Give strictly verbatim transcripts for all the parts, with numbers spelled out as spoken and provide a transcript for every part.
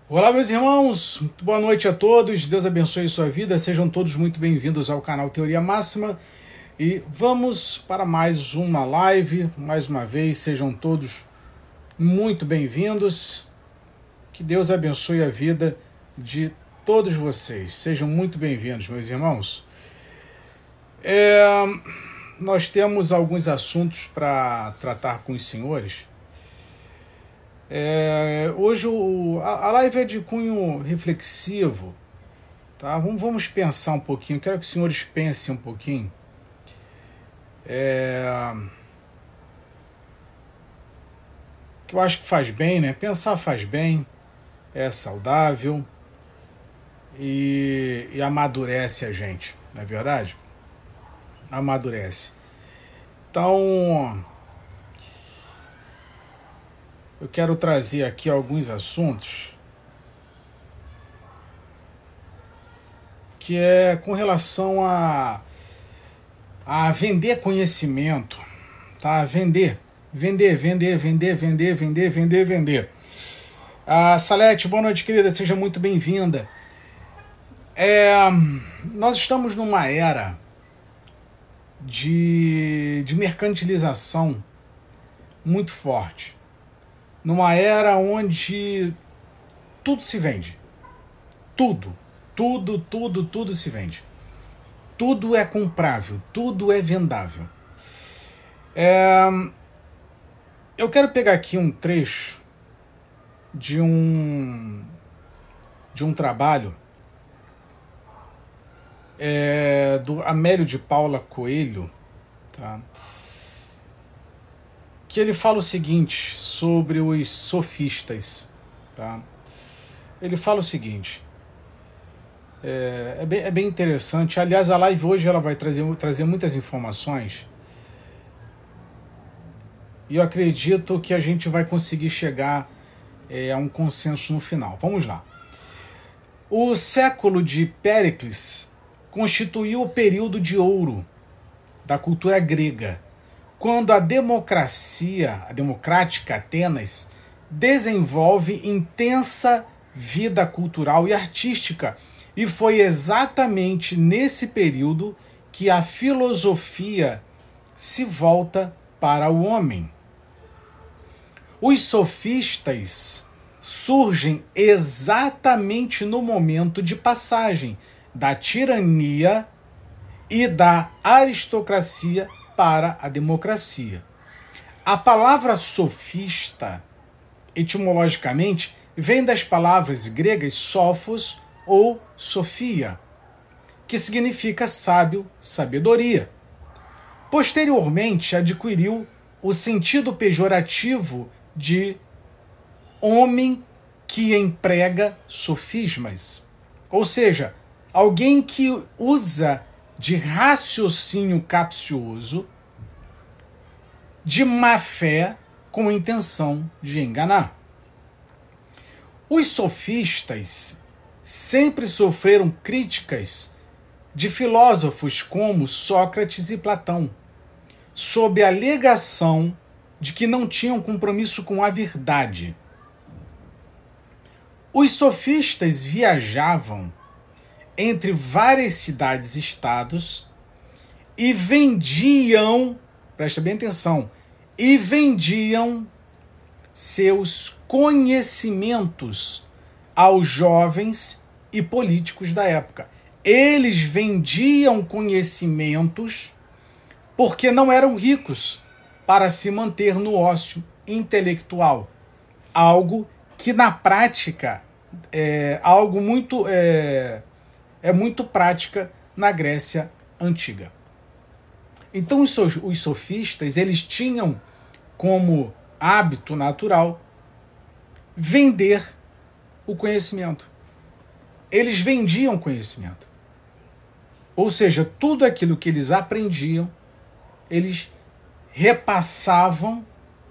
Olá, meus irmãos, muito boa noite a todos, Deus abençoe sua vida, sejam todos muito bem-vindos ao canal Teoria Máxima e vamos para mais uma live, mais uma vez, sejam todos muito bem-vindos, que Deus abençoe a vida de todos vocês, sejam muito bem-vindos, meus irmãos. É, nós temos alguns assuntos para tratar com os senhores. É, hoje o, a, a live é de cunho reflexivo, tá? Vamos, vamos pensar um pouquinho, quero que os senhores pensem um pouquinho. É, que eu acho que faz bem, né? Pensar faz bem, é saudável e, e amadurece a gente, não é verdade? Amadurece. Então, eu quero trazer aqui alguns assuntos que é com relação a, a vender conhecimento, tá? Vender, vender, vender, vender, vender, vender, vender, vender. Ah, Salete, boa noite, querida, seja muito bem-vinda. É, nós estamos numa era de, de mercantilização muito forte. Numa era onde tudo se vende. Tudo, tudo, tudo, tudo se vende. Tudo é comprável, tudo é vendável. É... Eu quero pegar aqui um trecho de um, de um trabalho é, do Amélio de Paula Coelho, tá? Que ele fala o seguinte sobre os sofistas, tá? Ele fala o seguinte, é, é, bem, é bem interessante. Aliás, a live hoje ela vai trazer, trazer muitas informações e eu acredito que a gente vai conseguir chegar é, a um consenso no final. Vamos lá. O século de Péricles constituiu o período de ouro da cultura grega, quando a democracia, a democrática Atenas, desenvolve intensa vida cultural e artística. E foi exatamente nesse período que a filosofia se volta para o homem. Os sofistas surgem exatamente no momento de passagem da tirania e da aristocracia para a democracia. A palavra sofista, etimologicamente, vem das palavras gregas sofos ou sofia, que significa sábio, sabedoria. Posteriormente, adquiriu o sentido pejorativo de homem que emprega sofismas, ou seja, alguém que usa de raciocínio capcioso, de má fé, com a intenção de enganar. Os sofistas sempre sofreram críticas de filósofos como Sócrates e Platão, sob a alegação de que não tinham compromisso com a verdade. Os sofistas viajavam entre várias cidades e estados e vendiam, presta bem atenção, e vendiam seus conhecimentos aos jovens e políticos da época. Eles vendiam conhecimentos porque não eram ricos para se manter no ócio intelectual. Algo que na prática é algo muito... É, é muito prática na Grécia Antiga. Então os, os sofistas, eles tinham como hábito natural vender o conhecimento. Eles vendiam conhecimento. Ou seja, tudo aquilo que eles aprendiam, eles repassavam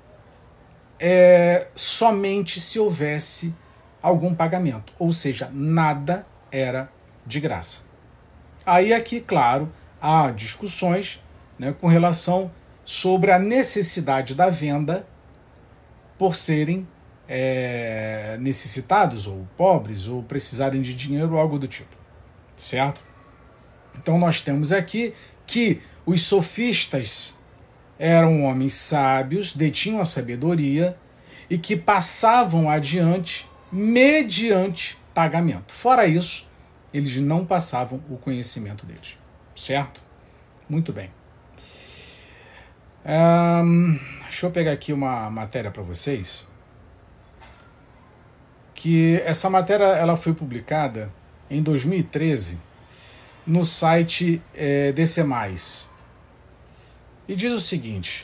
é, somente se houvesse algum pagamento. Ou seja, nada era de graça. Aí aqui, claro, há discussões, né, com relação sobre a necessidade da venda por serem é, necessitados, ou pobres, ou precisarem de dinheiro, ou algo do tipo. Certo? Então nós temos aqui que os sofistas eram homens sábios, detinham a sabedoria e que passavam adiante mediante pagamento. Fora isso, eles não passavam o conhecimento deles. Certo? Muito bem. Um, deixa eu pegar aqui uma matéria para vocês. Que essa matéria ela foi publicada em dois mil e treze no site é, D C mais. E diz o seguinte: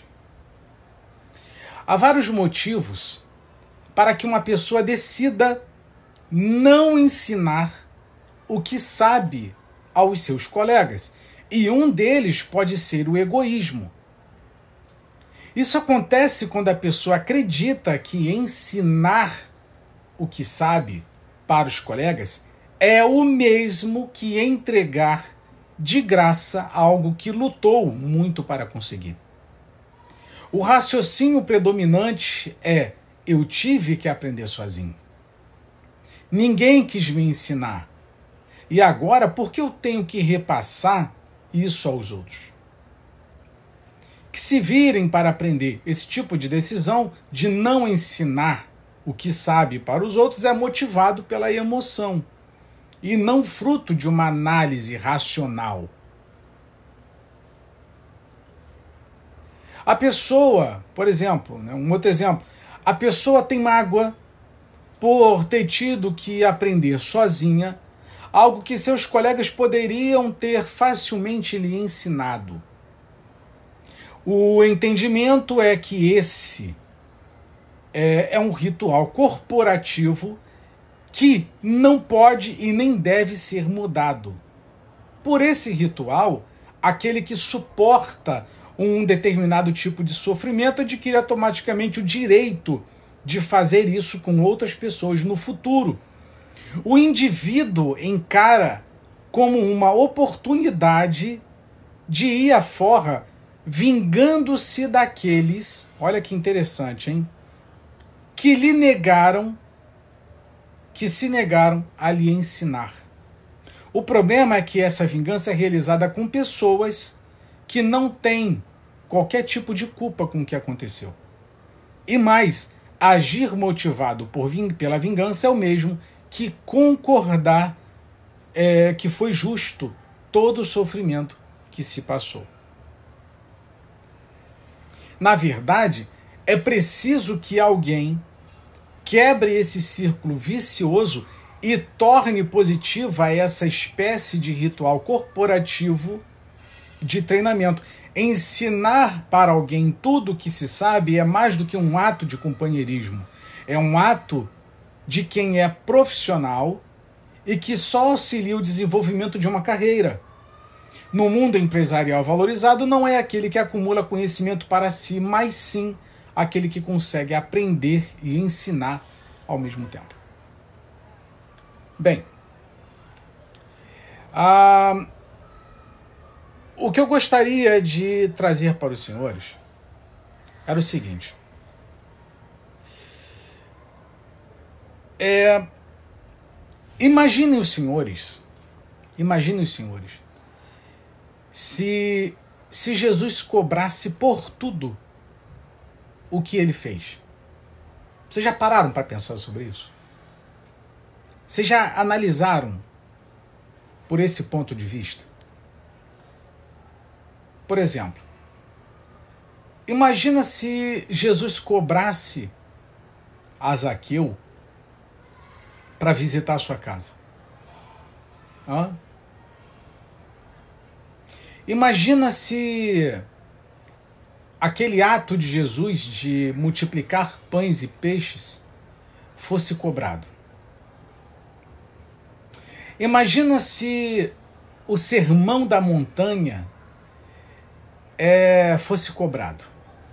há vários motivos para que uma pessoa decida não ensinar o que sabe aos seus colegas. E um deles pode ser o egoísmo. Isso acontece quando a pessoa acredita que ensinar o que sabe para os colegas é o mesmo que entregar de graça algo que lutou muito para conseguir. O raciocínio predominante é: eu tive que aprender sozinho. Ninguém quis me ensinar. E agora, por que eu tenho que repassar isso aos outros? Que se virem para aprender. Esse tipo de decisão de não ensinar o que sabe para os outros é motivado pela emoção e não fruto de uma análise racional. A pessoa, por exemplo, né, um outro exemplo, a pessoa tem mágoa por ter tido que aprender sozinha algo que seus colegas poderiam ter facilmente lhe ensinado. O entendimento é que esse é, é um ritual corporativo que não pode e nem deve ser mudado. Por esse ritual, aquele que suporta um determinado tipo de sofrimento adquire automaticamente o direito de fazer isso com outras pessoas no futuro. O indivíduo encara como uma oportunidade de ir à forra, vingando-se daqueles, olha que interessante, hein, que lhe negaram, que se negaram a lhe ensinar. O problema é que essa vingança é realizada com pessoas que não têm qualquer tipo de culpa com o que aconteceu. E mais, agir motivado por ving- pela vingança é o mesmo que concordar é, que foi justo todo o sofrimento que se passou. Na verdade, é preciso que alguém quebre esse círculo vicioso e torne positiva essa espécie de ritual corporativo de treinamento. Ensinar para alguém tudo o que se sabe é mais do que um ato de companheirismo. É um ato de quem é profissional e que só auxilia o desenvolvimento de uma carreira. No mundo empresarial valorizado, não é aquele que acumula conhecimento para si, mas sim aquele que consegue aprender e ensinar ao mesmo tempo. Bem, ah, o que eu gostaria de trazer para os senhores era o seguinte. É, imaginem os senhores, imaginem os senhores, se, se Jesus cobrasse por tudo o que ele fez. Vocês já pararam para pensar sobre isso? Vocês já analisaram por esse ponto de vista? Por exemplo, imagina se Jesus cobrasse a Zaqueu para visitar a sua casa. Hã? Imagina se aquele ato de Jesus de multiplicar pães e peixes fosse cobrado. Imagina se o sermão da montanha é, fosse cobrado.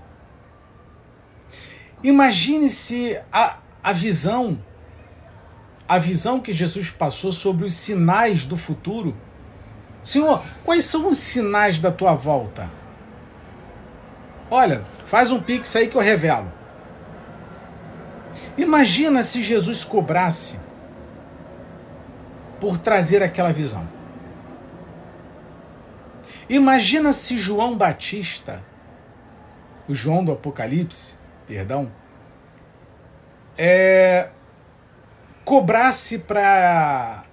Imagine se a, a visão, a visão que Jesus passou sobre os sinais do futuro. Senhor, quais são os sinais da tua volta? Olha, faz um pix aí que eu revelo. Imagina se Jesus cobrasse por trazer aquela visão. Imagina se João Batista, o João do Apocalipse, perdão, é, cobrasse para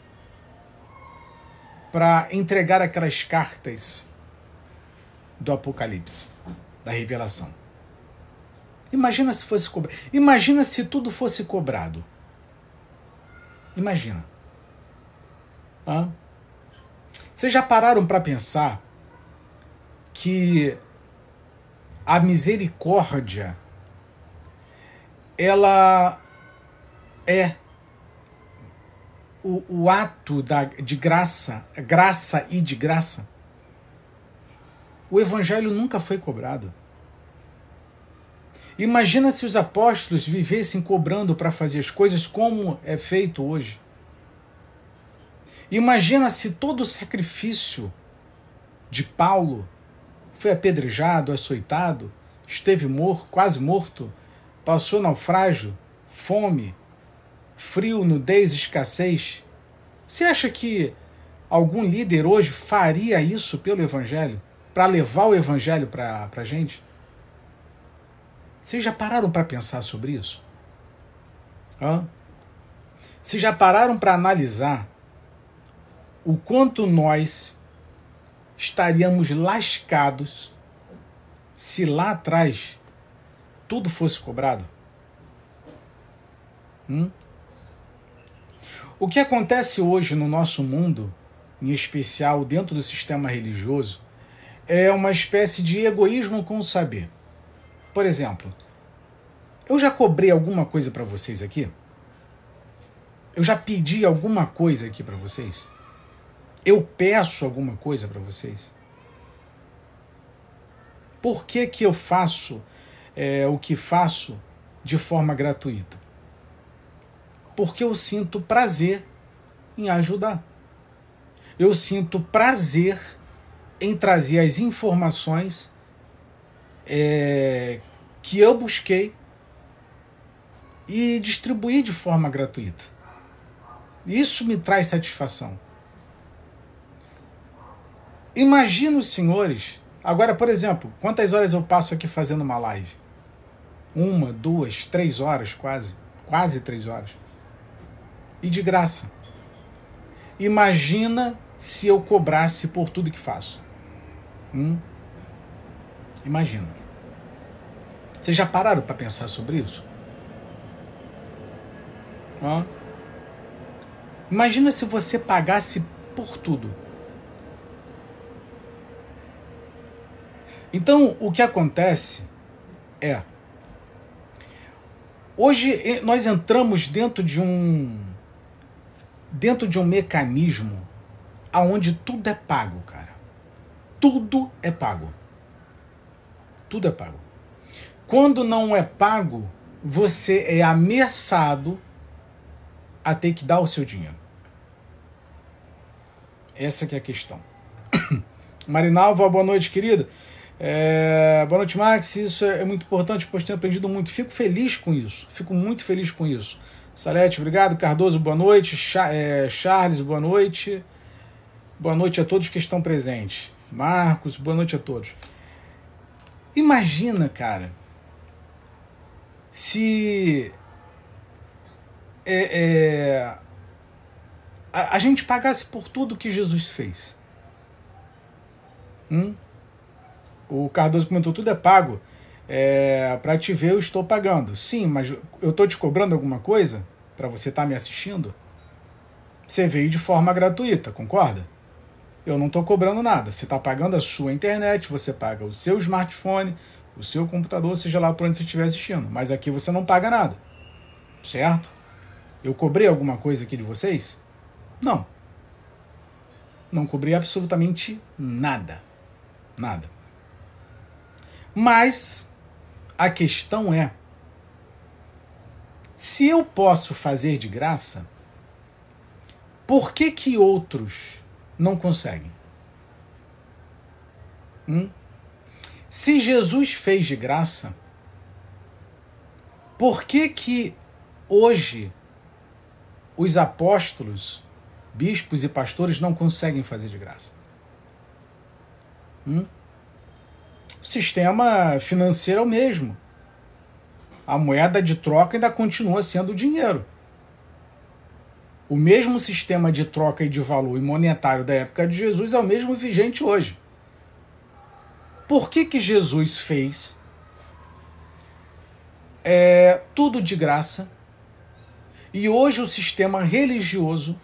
para entregar aquelas cartas do Apocalipse, da revelação. Imagina se fosse cobrado. Imagina se tudo fosse cobrado. Imagina. Hã? Vocês já pararam para pensar que a misericórdia ela é o, o ato da, de graça, graça e de graça? O evangelho nunca foi cobrado. Imagina se os apóstolos vivessem cobrando para fazer as coisas como é feito hoje. Imagina se todo o sacrifício de Paulo foi apedrejado, açoitado, esteve morto, quase morto, passou naufrágio, fome, frio, nudez, escassez. Você acha que algum líder hoje faria isso pelo evangelho? Para levar o evangelho para a gente? Vocês já pararam para pensar sobre isso? Hã? Vocês já pararam para analisar o quanto nós estaríamos lascados se lá atrás tudo fosse cobrado? Hum? O que acontece hoje no nosso mundo, em especial dentro do sistema religioso, é uma espécie de egoísmo com o saber. Por exemplo, eu já cobrei alguma coisa para vocês aqui? Eu já pedi alguma coisa aqui para vocês? Eu peço alguma coisa para vocês? Por que que eu faço é, o que faço de forma gratuita? Porque eu sinto prazer em ajudar. Eu sinto prazer em trazer as informações é, que eu busquei e distribuir de forma gratuita. Isso me traz satisfação. Imagina os senhores... Agora, por exemplo, quantas horas eu passo aqui fazendo uma live? Uma, duas, três horas quase. Quase três horas. E de graça. Imagina se eu cobrasse por tudo que faço. Hum? Imagina. Vocês já pararam para pensar sobre isso? Hã? Imagina se você pagasse por tudo. Então, o que acontece é... Hoje nós entramos dentro de um... Dentro de um mecanismo onde tudo é pago, cara. Tudo é pago. Tudo é pago. Quando não é pago, você é ameaçado a ter que dar o seu dinheiro. Essa que é a questão. Marinalva, boa noite, querida. É, boa noite, Max. Isso é muito importante, pois tenho aprendido muito. Fico feliz com isso. Fico muito feliz com isso. Salete, obrigado. Cardoso, boa noite. Cha é, Charles, boa noite. Boa noite a todos que estão presentes. Marcos, boa noite a todos. Imagina, cara, se é, é, a, a gente pagasse por tudo que Jesus fez. Hum? O Cardoso comentou, tudo é pago. É, para te ver eu estou pagando. Sim, mas eu estou te cobrando alguma coisa para você estar tá me assistindo? Você veio de forma gratuita, concorda? Eu não estou cobrando nada. Você está pagando a sua internet, você paga o seu smartphone, o seu computador, seja lá por onde você estiver assistindo. Mas aqui você não paga nada. Certo? Eu cobrei alguma coisa aqui de vocês? Não. Não cobrei absolutamente nada. Nada. Mas a questão é, se eu posso fazer de graça, por que que outros não conseguem? Hum? Se Jesus fez de graça, Por que que hoje os apóstolos, bispos e pastores não conseguem fazer de graça? Hum? O sistema financeiro é o mesmo. A moeda de troca ainda continua sendo o dinheiro. O mesmo sistema de troca e de valor e monetário da época de Jesus é o mesmo vigente hoje. Por que que Jesus fez é, tudo de graça e hoje o sistema religioso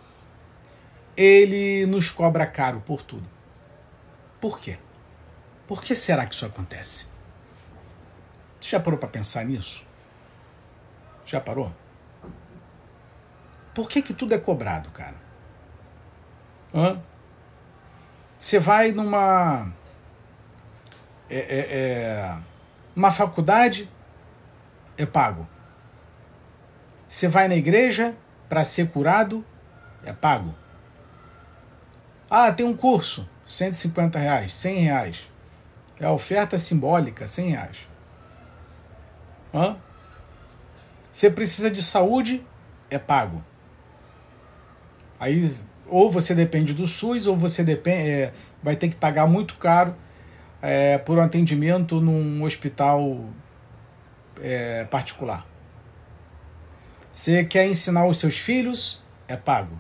ele nos cobra caro por tudo? Por quê? Por que será que isso acontece? Você já parou para pensar nisso? Já parou? Por que que tudo é cobrado, cara? Hã? Você vai numa é, é, é, uma faculdade, é pago. Você vai na igreja para ser curado, é pago. Ah, tem um curso, cento e cinquenta reais, cem reais. É a oferta simbólica, cem reais. Hã? Você precisa de saúde, é pago. Aí, ou você depende do SUS, ou você depende, é, vai ter que pagar muito caro é, por um atendimento num hospital é, particular. Você quer ensinar os seus filhos, é pago.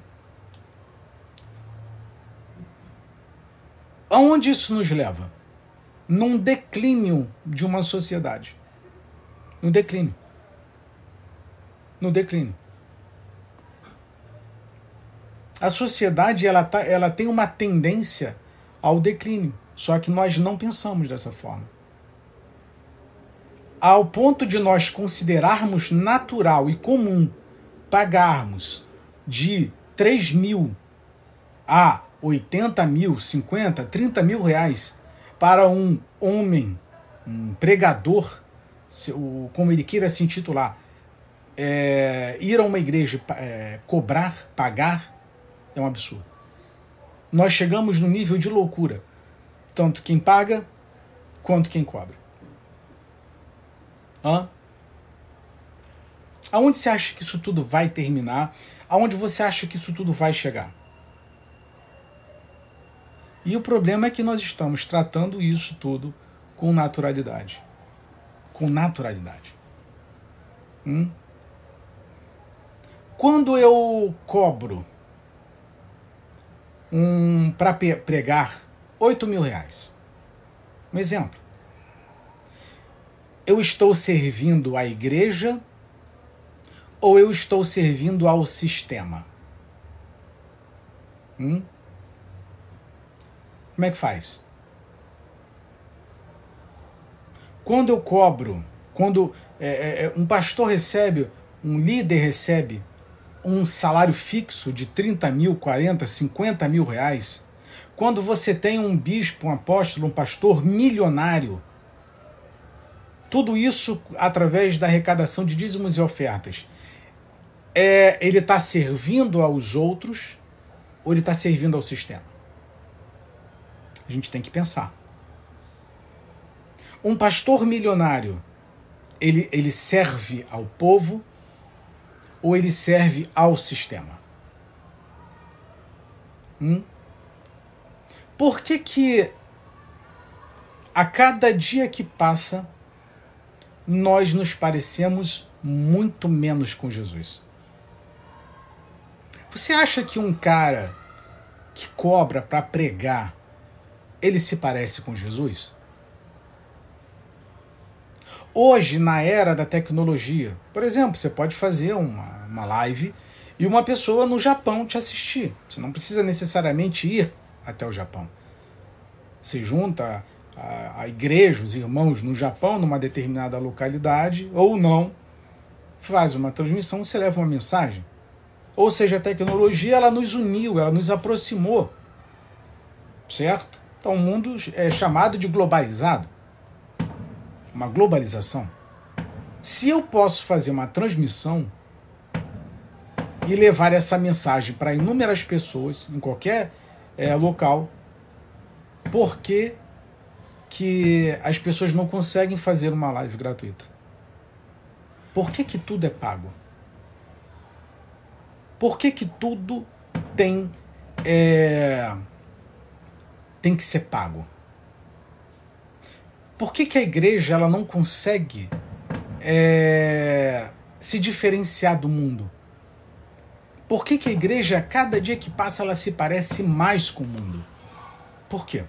Aonde isso nos leva? Num declínio de uma sociedade. No declínio. No declínio. A sociedade ela, tá, ela tem uma tendência ao declínio, só que nós não pensamos dessa forma. Ao ponto de nós considerarmos natural e comum pagarmos de três mil a oitenta mil, cinquenta, trinta mil reais para um homem, um pregador, como ele queira se intitular, é, ir a uma igreja, é, cobrar, pagar, é um absurdo. Nós chegamos no nível de loucura. Tanto quem paga, quanto quem cobra. Hã? Aonde você acha que isso tudo vai terminar? Aonde você acha que isso tudo vai chegar? E o problema é que nós estamos tratando isso tudo com naturalidade. Com naturalidade. Hum? Quando eu cobro um, para pregar oito mil reais. Um exemplo. Eu estou servindo à igreja ou eu estou servindo ao sistema? Hum? Como é que faz? Quando eu cobro, quando é, é, um pastor recebe, um líder recebe um salário fixo de trinta mil, quarenta, cinquenta mil reais, quando você tem um bispo, um apóstolo, um pastor milionário, tudo isso através da arrecadação de dízimos e ofertas, é, ele está servindo aos outros ou ele está servindo ao sistema? A gente tem que pensar. Um pastor milionário, ele, ele serve ao povo ou ele serve ao sistema? Hum? Por que que a cada dia que passa nós nos parecemos muito menos com Jesus? Você acha que um cara que cobra para pregar, ele se parece com Jesus? Hoje, na era da tecnologia, por exemplo, você pode fazer uma, uma live e uma pessoa no Japão te assistir. Você não precisa necessariamente ir até o Japão. Você junta a, a igreja, os irmãos no Japão, numa determinada localidade, ou não, faz uma transmissão, você leva uma mensagem. Ou seja, a tecnologia ela nos uniu, ela nos aproximou. Certo? Então o mundo é chamado de globalizado. Uma globalização. Se eu posso fazer uma transmissão e levar essa mensagem para inúmeras pessoas, em qualquer é, local, por que que as pessoas não conseguem fazer uma live gratuita? Por que que tudo é pago? Por que que tudo tem, é, tem que ser pago? Por que que a igreja ela não consegue é, se diferenciar do mundo? Por que que a igreja, cada dia que passa, ela se parece mais com o mundo? Por quê?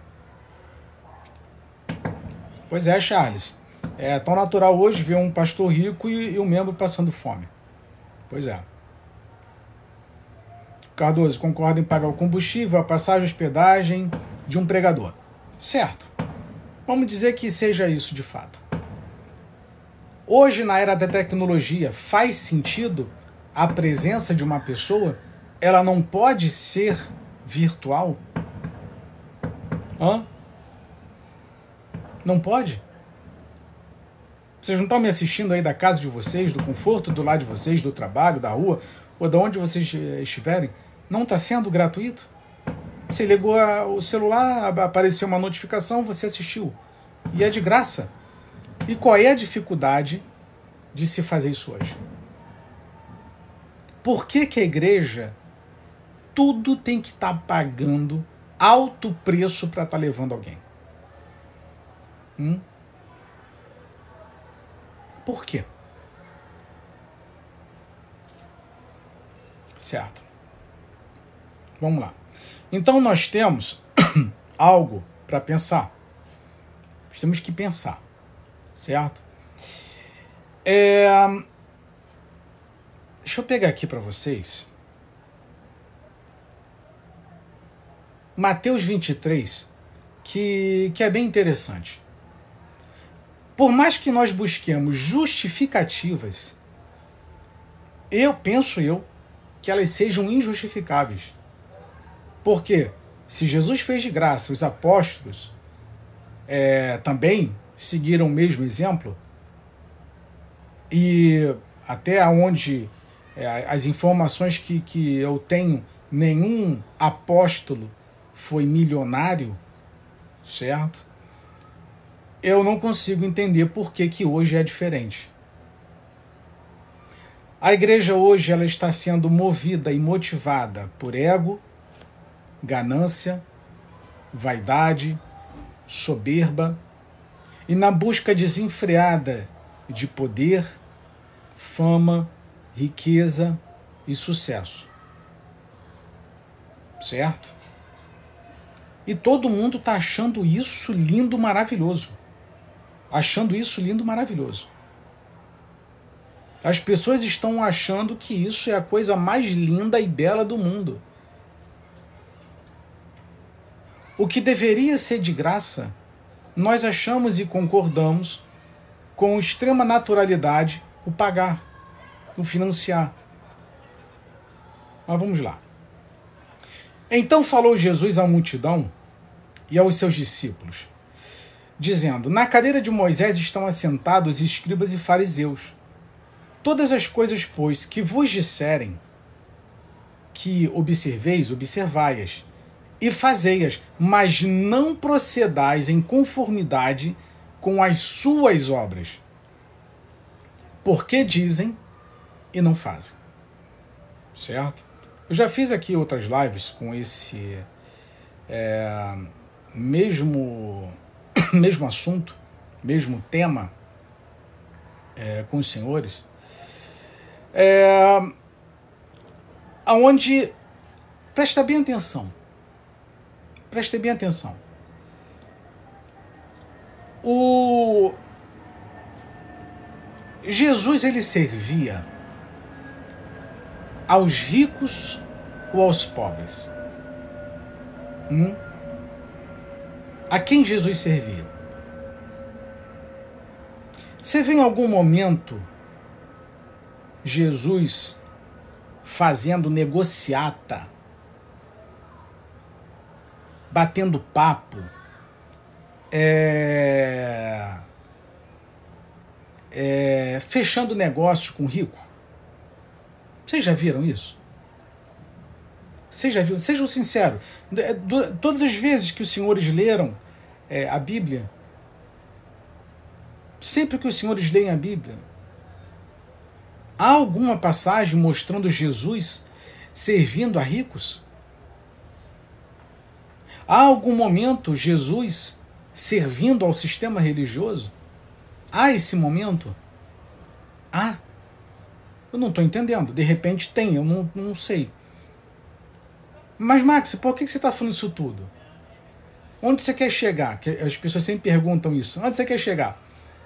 Pois é, Charles. É tão natural hoje ver um pastor rico e, e um membro passando fome. Pois é. Cardoso, concorda em pagar o combustível, a passagem, a hospedagem de um pregador. Certo. Vamos dizer que seja isso de fato. Hoje, na era da tecnologia, faz sentido a presença de uma pessoa? Ela não pode ser virtual? Hã? Não pode? Vocês não estão me assistindo aí da casa de vocês, do conforto do lado de vocês, do trabalho, da rua, ou de onde vocês estiverem? Não está sendo gratuito? Você ligou a, o celular, apareceu uma notificação, você assistiu. E é de graça. E qual é a dificuldade de se fazer isso hoje? Por que que a igreja tudo tem que estar tá pagando alto preço para estar tá levando alguém? Hum? Por quê? Certo. Vamos lá. Então nós temos algo para pensar. Nós temos que pensar. Certo? É... Deixa eu pegar aqui para vocês. Mateus vinte e três, que, que é bem interessante. Por mais que nós busquemos justificativas, eu penso eu que elas sejam injustificáveis. Porque se Jesus fez de graça, os apóstolos é, também seguiram o mesmo exemplo, e até onde é, as informações que, que eu tenho, nenhum apóstolo foi milionário, certo? Eu não consigo entender por que que hoje é diferente. A igreja hoje ela está sendo movida e motivada por ego, ganância, vaidade, soberba e na busca desenfreada de poder, fama, riqueza e sucesso. Certo? E todo mundo está achando isso lindo, maravilhoso. Achando isso lindo, maravilhoso. As pessoas estão achando que isso é a coisa mais linda e bela do mundo. O que deveria ser de graça, nós achamos e concordamos com extrema naturalidade o pagar, o financiar. Mas vamos lá. Então falou Jesus à multidão e aos seus discípulos, dizendo: na cadeira de Moisés estão assentados escribas e fariseus. Todas as coisas, pois, que vos disserem que observeis, observai-as, e fazei-as, mas não procedais em conformidade com as suas obras, porque dizem e não fazem. Certo? Eu já fiz aqui outras lives com esse é, mesmo, mesmo assunto, mesmo tema é, com os senhores, é, onde, presta bem atenção, presta bem atenção, o Jesus ele servia aos ricos ou aos pobres? Hum? A quem Jesus servia? Você vê em algum momento Jesus fazendo negociata, batendo papo, é, é, fechando negócio com rico? Vocês já viram isso? Vocês já viram? Sejam sinceros. Todas as vezes que os senhores leram é, a Bíblia, sempre que os senhores leem a Bíblia, Há alguma passagem mostrando Jesus servindo a ricos? Há algum momento Jesus servindo ao sistema religioso? Há esse momento? Há. Eu não estou entendendo. De repente tem, eu não, não sei. Mas, Max, por que você está falando isso tudo? Onde você quer chegar? Que as pessoas sempre perguntam isso. Onde você quer chegar?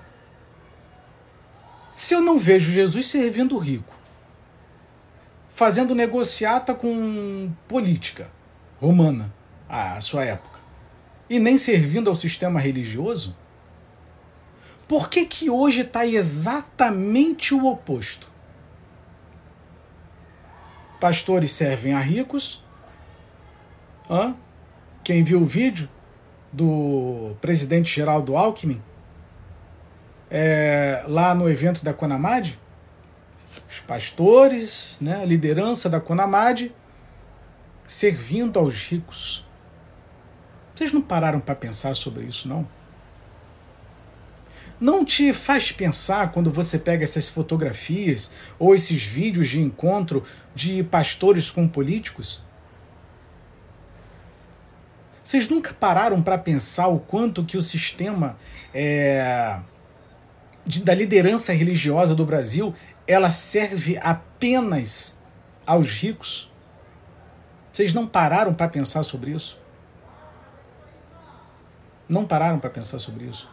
Se eu não vejo Jesus servindo o rico, fazendo negociata com política romana, à sua época, e nem servindo ao sistema religioso, por que que hoje está exatamente o oposto? Pastores servem a ricos. Hã? Quem viu o vídeo do presidente Geraldo Alckmin, é, lá no evento da CONAMAD, os pastores, né, a liderança da CONAMAD, servindo aos ricos. Vocês não pararam para pensar sobre isso, não? Não te faz pensar quando você pega essas fotografias ou esses vídeos de encontro de pastores com políticos? Vocês nunca pararam para pensar o quanto que o sistema é, de, da liderança religiosa do Brasil, ela serve apenas aos ricos? Vocês não pararam para pensar sobre isso? Não pararam para pensar sobre isso?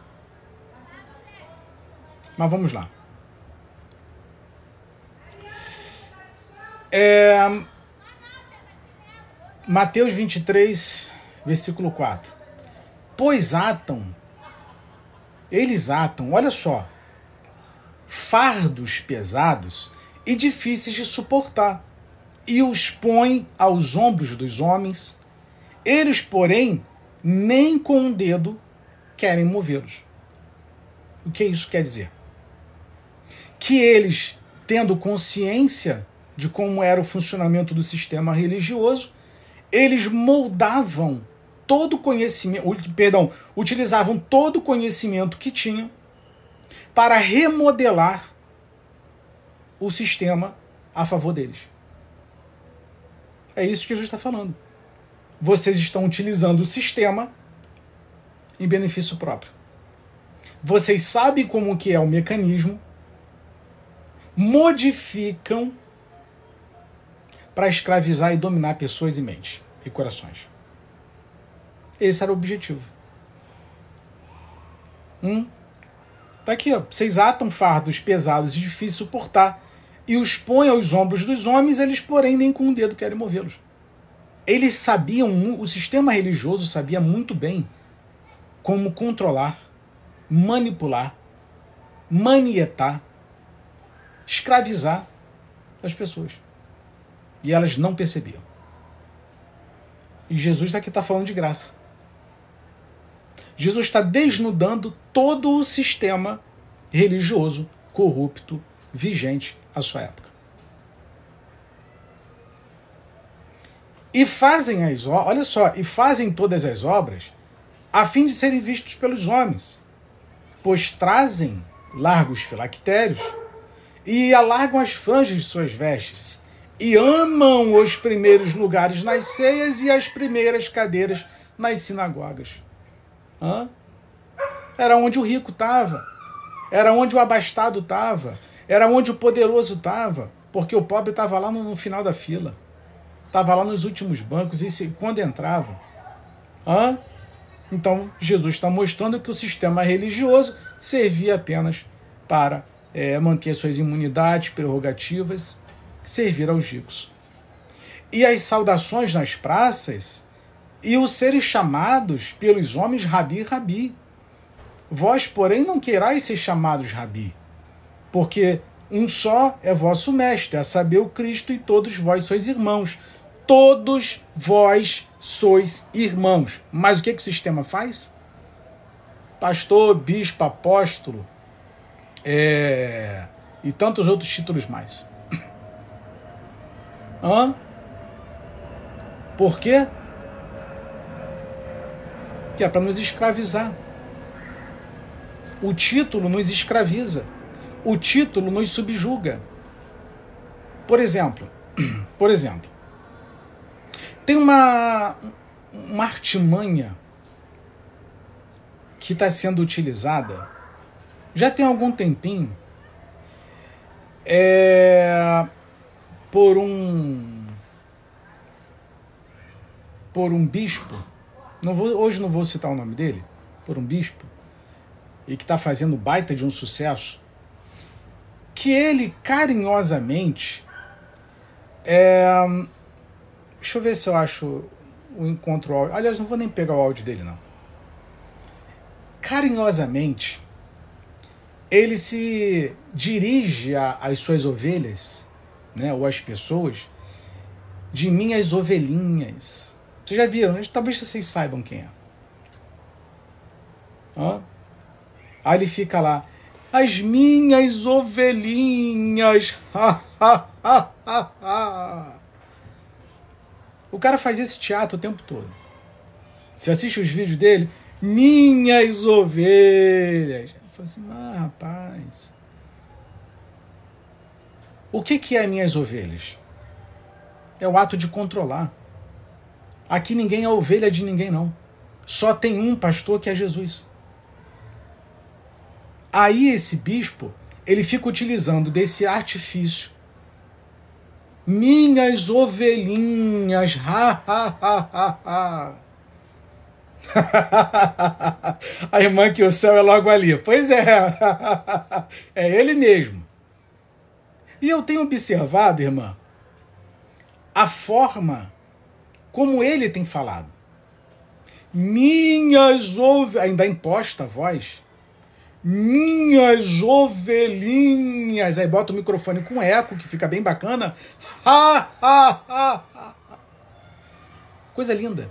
Mas vamos lá. É, Mateus vinte e três, versículo quatro. Pois atam, eles atam, olha só, fardos pesados e difíceis de suportar, e os põem aos ombros dos homens. Eles, porém, nem com um dedo querem movê-los. O que isso quer dizer? Que eles, tendo consciência de como era o funcionamento do sistema religioso, eles moldavam todo o conhecimento, perdão, utilizavam todo o conhecimento que tinham para remodelar o sistema a favor deles. É isso que Jesus está falando. Vocês estão utilizando o sistema em benefício próprio. Vocês sabem como que é o mecanismo, modificam para escravizar e dominar pessoas e mentes e corações. Esse era o objetivo. Hum? Tá aqui, ó. Vocês atam fardos pesados e difíceis de suportar e os põem aos ombros dos homens, eles, porém, nem com um dedo querem movê-los. Eles sabiam, o sistema religioso sabia muito bem como controlar, manipular, manietar, escravizar as pessoas. E elas não percebiam. E Jesus aqui está falando de graça. Jesus está desnudando todo o sistema religioso corrupto vigente à sua época. E fazem as obras, olha só, e fazem todas as obras a fim de serem vistos pelos homens, pois trazem largos filactérios e alargam as franjas de suas vestes, e amam os primeiros lugares nas ceias e as primeiras cadeiras nas sinagogas. Hã? Era onde o rico estava, era onde o abastado estava, era onde o poderoso estava, porque o pobre estava lá no, no final da fila, estava lá nos últimos bancos, e se, quando entrava. Hã? Então, Jesus está mostrando que o sistema religioso servia apenas para é, manter suas imunidades, prerrogativas, servir aos ricos. E as saudações nas praças, e os serem chamados pelos homens Rabi, Rabi. Vós, porém, não querais ser chamados Rabi, porque um só é vosso mestre, a saber, o Cristo, e todos vós sois irmãos. Todos vós sois irmãos. Mas o que, que o sistema faz? Pastor, bispo, apóstolo, é... e tantos outros títulos mais. Hã? Por quê? Que é para nos escravizar. O título nos escraviza. O título nos subjuga. Por exemplo, por exemplo, tem uma, uma artimanha que está sendo utilizada já tem algum tempinho, é, por um por um bispo, não vou, hoje não vou citar o nome dele, por um bispo, e que está fazendo baita de um sucesso, que ele carinhosamente, é, deixa eu ver se eu acho o encontro áudio, aliás, não vou nem pegar o áudio dele não, carinhosamente ele se dirige às suas ovelhas, né, ou às pessoas, de minhas ovelhinhas. Vocês já viram? Talvez vocês saibam quem é. Hã? Aí ele fica lá, as minhas ovelhinhas. O cara faz esse teatro o tempo todo. Você assiste os vídeos dele, minhas ovelhas. Eu falo assim, ah, rapaz. O que que é minhas ovelhas? É o ato de controlar. Aqui ninguém é ovelha de ninguém, não. Só tem um pastor que é Jesus. Aí esse bispo, ele fica utilizando desse artifício. Minhas ovelhinhas, ha, ha, ha, ha, ha. A irmã que o céu é logo ali. Pois é, é ele mesmo. E eu tenho observado, irmã, a forma como ele tem falado. Minhas ovelhinhas, ainda imposta a voz, minhas ovelhinhas, aí bota o microfone com eco, que fica bem bacana. Ha, ha, ha, ha. Coisa linda.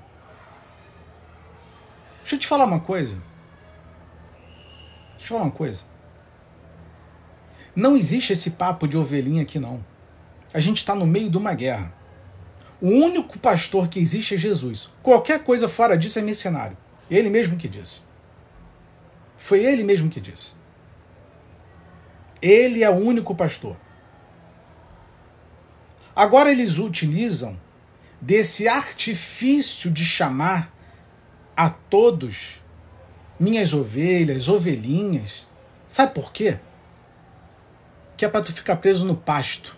Deixa eu te falar uma coisa. Deixa eu te falar uma coisa. Não existe esse papo de ovelhinha aqui, não. A gente está no meio de uma guerra. O único pastor que existe é Jesus. Qualquer coisa fora disso é mercenário. Ele mesmo que disse. Foi ele mesmo que disse. Ele é o único pastor. Agora eles utilizam desse artifício de chamar a todos minhas ovelhas, ovelhinhas. Sabe por quê? Que é para tu ficar preso no pasto.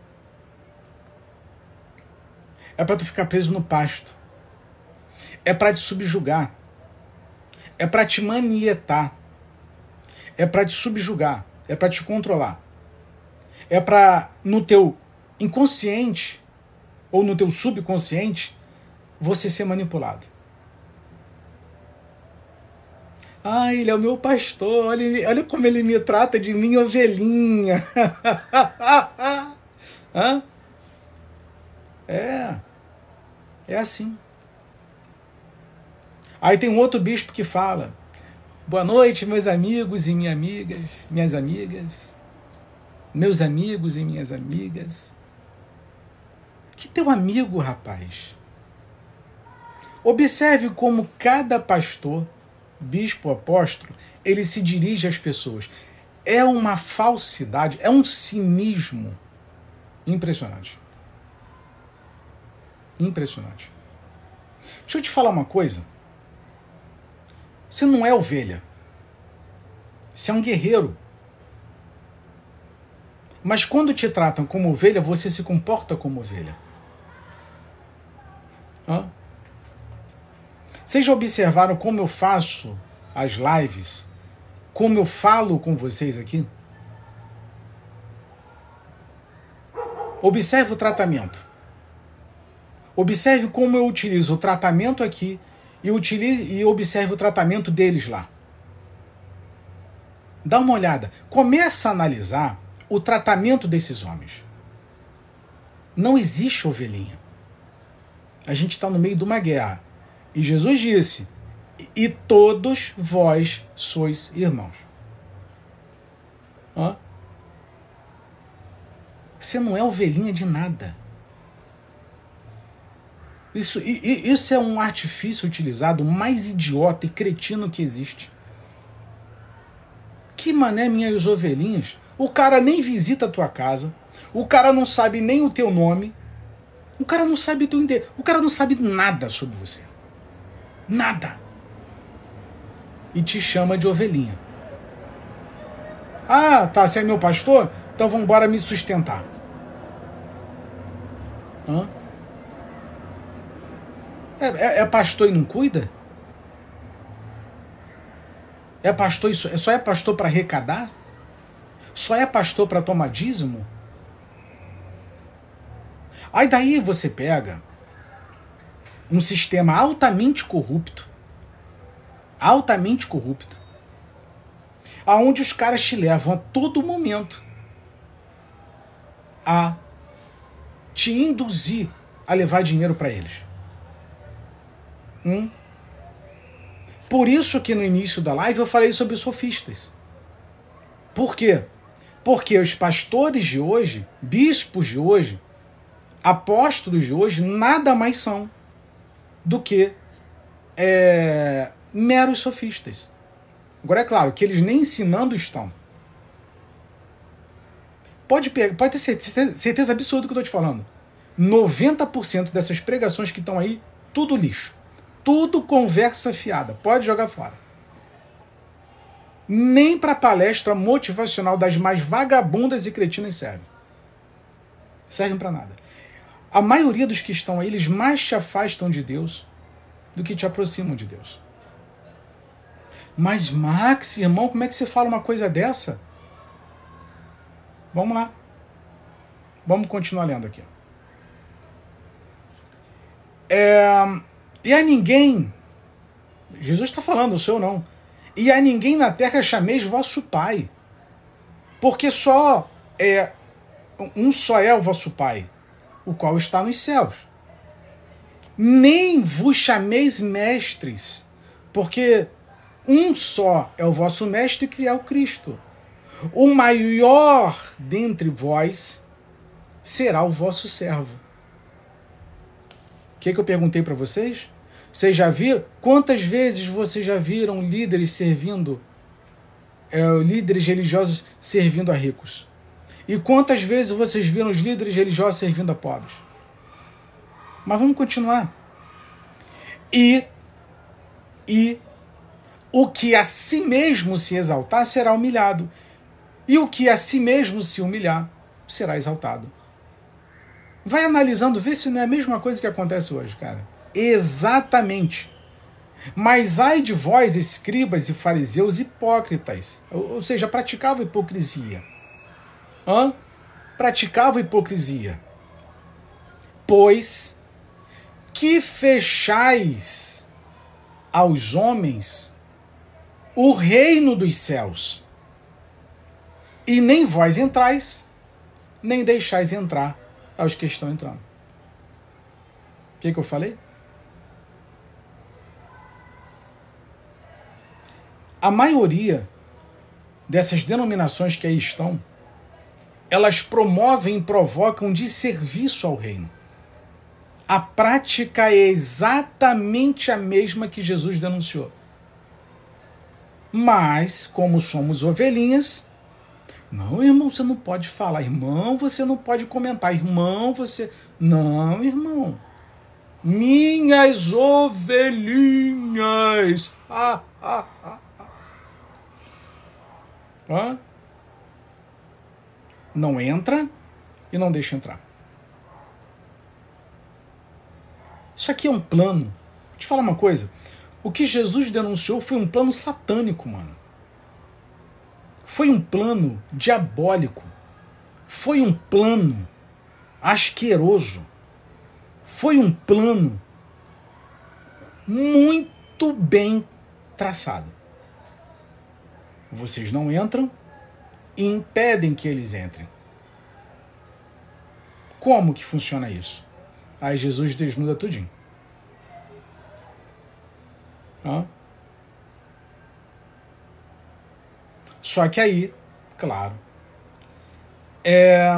É para tu ficar preso no pasto. É para te subjugar. É para te manietar. É para te subjugar. É para te controlar. É para, no teu inconsciente ou no teu subconsciente, você ser manipulado. Ah, ele é o meu pastor. Olha, olha como ele me trata de minha ovelhinha. Hã? É. É assim. Aí tem um outro bispo que fala: boa noite, meus amigos e minhas amigas, minhas amigas, meus amigos e minhas amigas. Que teu amigo, rapaz. Observe como cada pastor, bispo, apóstolo, ele se dirige às pessoas. É uma falsidade, é um cinismo impressionante. Impressionante. Deixa eu te falar uma coisa. Você não é ovelha. Você é um guerreiro. Mas quando te tratam como ovelha, você se comporta como ovelha. Hã? Vocês já observaram como eu faço as lives? Como eu falo com vocês aqui? Observe o tratamento. Observe como eu utilizo o tratamento aqui e, utilize, e observe o tratamento deles lá. Dá uma olhada. Começa a analisar o tratamento desses homens. Não existe ovelhinha. A gente está no meio de uma guerra. E Jesus disse, e todos vós sois irmãos. Hã? Você não é ovelhinha de nada. Isso, isso é um artifício utilizado mais idiota e cretino que existe. Que mané minhas ovelhinhas? O cara nem visita a tua casa, O cara não sabe nem o teu nome. O cara não sabe o teu endereço. O cara não sabe nada sobre você. Nada. E te chama de ovelhinha. Ah, tá, você é meu pastor? Então vamos embora me sustentar. Hã? É, é, é pastor e não cuida? É pastor e só, só é pastor para arrecadar? Só é pastor para tomar dízimo? Aí daí você pega um sistema altamente corrupto, altamente corrupto, aonde os caras te levam a todo momento a te induzir a levar dinheiro para eles. Hum? Por isso que no início da live eu falei sobre sofistas. Por quê? Porque os pastores de hoje, bispos de hoje, apóstolos de hoje, nada mais são do que é, meros sofistas. Agora é claro que eles nem ensinando estão. Pode, pode ter certeza, certeza absoluta do que eu estou te falando. noventa por cento dessas pregações que estão aí, tudo lixo. Tudo conversa fiada. Pode jogar fora. Nem para palestra motivacional das mais vagabundas e cretinas serve. Servem para nada. A maioria dos que estão aí, eles mais te afastam de Deus do que te aproximam de Deus. Mas Max, irmão, como é que você fala uma coisa dessa? Vamos lá. Vamos continuar lendo aqui. É... E a ninguém, Jesus está falando, o seu não, e a ninguém na terra chameis vosso Pai, porque só é, um só é o vosso Pai, o qual está nos céus. Nem vos chameis mestres, porque um só é o vosso mestre, que é o Cristo. O maior dentre vós será o vosso servo. O que, que eu perguntei para vocês? Vocês já viram? Quantas vezes vocês já viram líderes servindo, é, líderes religiosos servindo a ricos? E quantas vezes vocês viram os líderes religiosos servindo a pobres? Mas vamos continuar. E, e o que a si mesmo se exaltar será humilhado. E o que a si mesmo se humilhar será exaltado. Vai analisando, vê se não é a mesma coisa que acontece hoje, cara. Exatamente. Mas ai de vós, escribas e fariseus hipócritas. Ou, ou seja, praticavam hipocrisia. Hã? Praticavam hipocrisia. Pois que fechais aos homens o reino dos céus, e nem vós entrais, nem deixais entrar aos que estão entrando. O que, que eu falei? A maioria dessas denominações que aí estão, elas promovem e provocam desserviço ao reino. A prática é exatamente a mesma que Jesus denunciou. Mas, como somos ovelhinhas, não, irmão, você não pode falar. Irmão, você não pode comentar. Irmão, você... Não, irmão. Minhas ovelhinhas. Ah, ah, ah, ah. Hã? Não entra e não deixa entrar. Isso aqui é um plano. Vou te falar uma coisa. O que Jesus denunciou foi um plano satânico, mano. Foi um plano diabólico. Foi um plano asqueroso. Foi um plano muito bem traçado. Vocês não entram e impedem que eles entrem. Como que funciona isso? Aí Jesus desnuda tudinho. Hã? Só que aí, claro, é,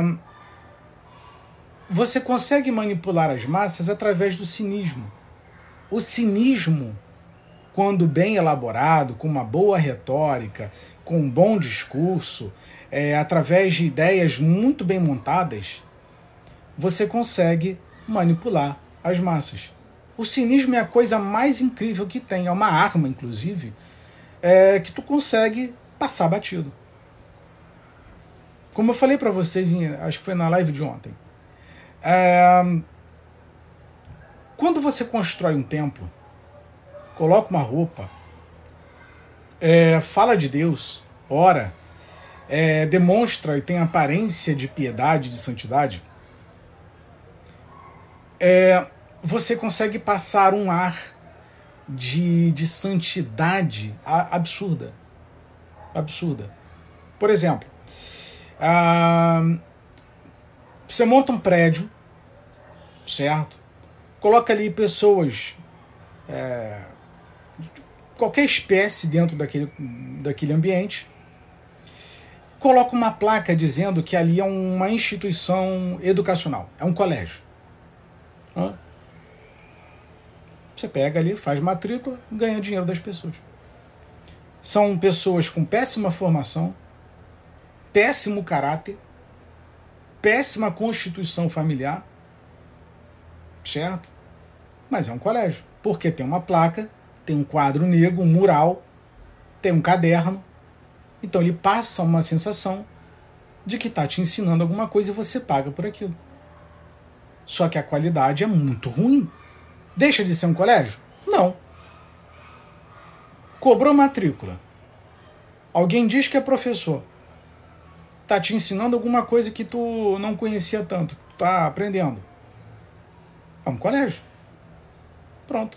você consegue manipular as massas através do cinismo. O cinismo quando bem elaborado, com uma boa retórica, com um bom discurso, é, através de ideias muito bem montadas, você consegue manipular as massas. O cinismo é a coisa mais incrível que tem, é uma arma, inclusive, é, que tu consegue passar batido. Como eu falei para vocês, em, acho que foi na live de ontem, é, quando você constrói um templo, coloca uma roupa, é, fala de Deus, ora, é, demonstra e tem aparência de piedade, de santidade, é, você consegue passar um ar de, de santidade absurda. Absurda. Por exemplo, ah, você monta um prédio, certo? Coloca ali pessoas, é, qualquer espécie dentro daquele, daquele ambiente, coloca uma placa dizendo que ali é uma instituição educacional, é um colégio. Hã? Você pega ali, faz matrícula, ganha dinheiro das pessoas. São pessoas com péssima formação, péssimo caráter, péssima constituição familiar, certo? Mas é um colégio, porque tem uma placa, tem um quadro negro, um mural, tem um caderno, então ele passa uma sensação de que está te ensinando alguma coisa e você paga por aquilo. Só que a qualidade é muito ruim. Deixa de ser um colégio? Não. Cobrou matrícula. Alguém diz que é professor. Tá te ensinando alguma coisa que tu não conhecia tanto, que tu tá aprendendo. É um colégio. Pronto.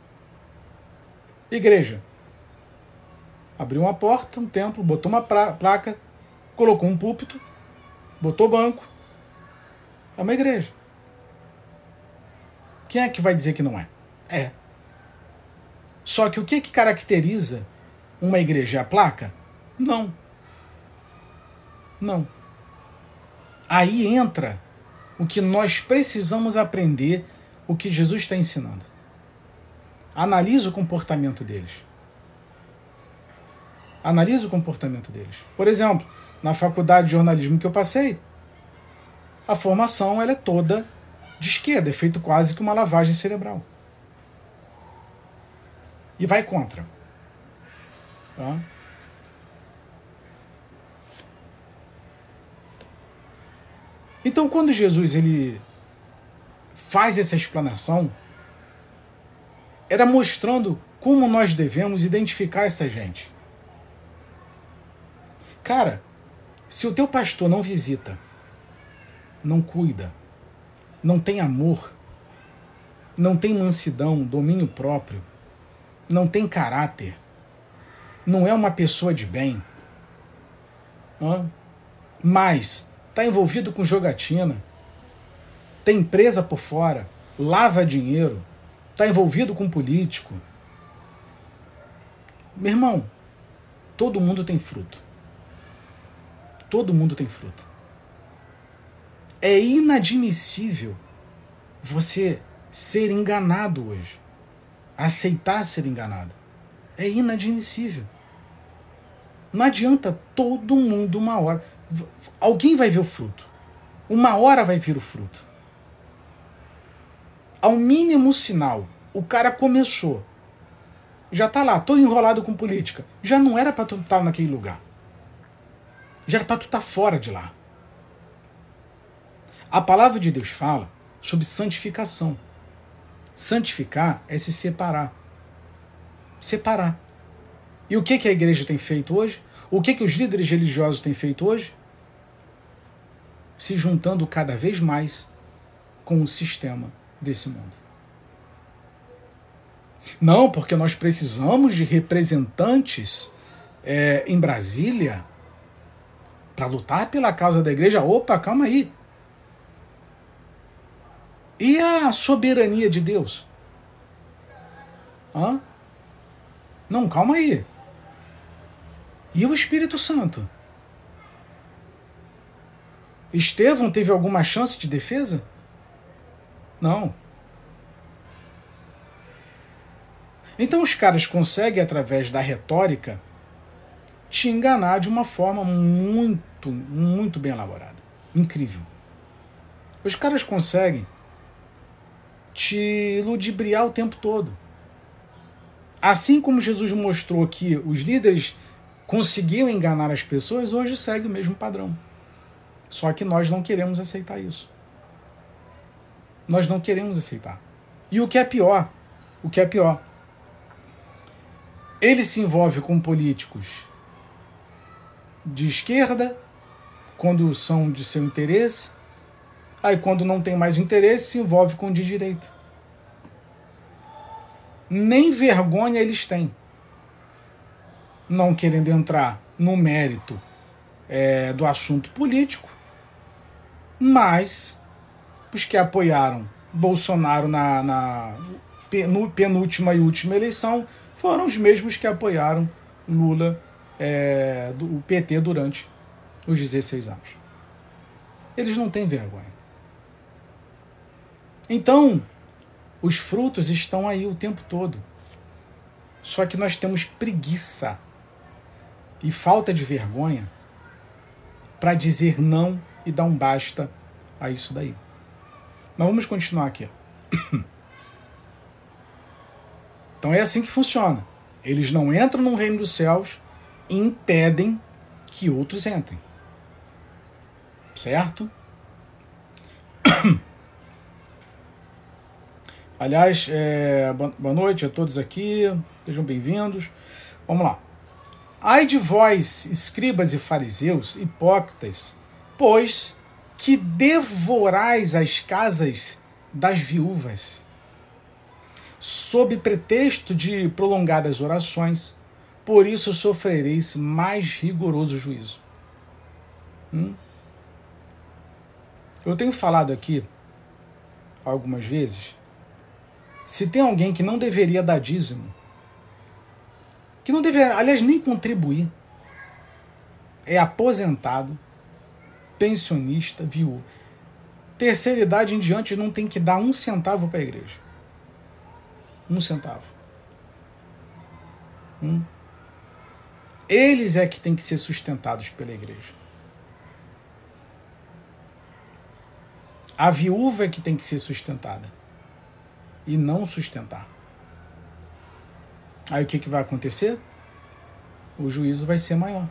Igreja. Abriu uma porta, um templo, botou uma placa, colocou um púlpito, botou banco. É uma igreja. Quem é que vai dizer que não é? É. Só que o que, que caracteriza uma igreja? É a placa? Não. Não. Aí entra o que nós precisamos aprender, o que Jesus está ensinando. Analisa o comportamento deles. Analisa o comportamento deles. Por exemplo, na faculdade de jornalismo que eu passei, a formação ela é toda de esquerda, é feito quase que uma lavagem cerebral. E vai contra. Tá? Então, quando Jesus ele faz essa explanação, era mostrando como nós devemos identificar essa gente. Cara, se o teu pastor não visita, não cuida, não tem amor, não tem mansidão, domínio próprio, não tem caráter, não é uma pessoa de bem, hein? Mas está envolvido com jogatina, tem empresa por fora, lava dinheiro, está envolvido com político. Meu irmão, todo mundo tem fruto. Todo mundo tem fruto. É inadmissível você ser enganado hoje. Aceitar ser enganado. É inadmissível. Não adianta todo mundo uma hora. Alguém vai ver o fruto. Uma hora vai vir o fruto. Ao mínimo sinal, o cara começou. Já tá lá, tô enrolado com política. Já não era para tu estar naquele lugar. Já era para tu estar fora de lá. A palavra de Deus fala sobre santificação. Santificar é se separar. Separar. E o que, que a igreja tem feito hoje? O que, que os líderes religiosos têm feito hoje? Se juntando cada vez mais com o sistema desse mundo. Não, porque nós precisamos de representantes é, em Brasília para lutar pela causa da igreja. Opa, calma aí. E a soberania de Deus? Hã? Não, calma aí. E o Espírito Santo? Estevão teve alguma chance de defesa? Não. Então os caras conseguem, através da retórica, te enganar de uma forma muito, muito bem elaborada. Incrível. Os caras conseguem te ludibriar o tempo todo. Assim como Jesus mostrou que os líderes conseguiam enganar as pessoas, hoje segue o mesmo padrão. Só que nós não queremos aceitar isso. Nós não queremos aceitar. E o que é pior, o que é pior, ele se envolve com políticos de esquerda, quando são de seu interesse, aí quando não tem mais o interesse, se envolve com o de direita. Nem vergonha eles têm. Não querendo entrar no mérito é, do assunto político, mas os que apoiaram Bolsonaro na, na penúltima e última eleição foram os mesmos que apoiaram Lula, é, do, o P T, durante os dezesseis anos. Eles não têm vergonha. Então, os frutos estão aí o tempo todo. Só que nós temos preguiça e falta de vergonha para dizer não e dar um basta a isso daí. Mas vamos continuar aqui. Então é assim que funciona. Eles não entram no reino dos céus e impedem que outros entrem. Certo? Aliás, é, boa noite a todos aqui. Sejam bem-vindos. Vamos lá. Ai de vós, escribas e fariseus, hipócritas, pois que devorais as casas das viúvas, sob pretexto de prolongadas orações, por isso sofrereis mais rigoroso juízo. Hum? Eu tenho falado aqui algumas vezes, se tem alguém que não deveria dar dízimo, que não deveria, aliás, nem contribuir, é aposentado, pensionista, viúvo. Terceira idade em diante não tem que dar um centavo para a igreja. Um centavo. Hum? Eles é que têm que ser sustentados pela igreja. A viúva é que tem que ser sustentada. E não sustentar. Aí o que, que vai acontecer? O juízo vai ser maior.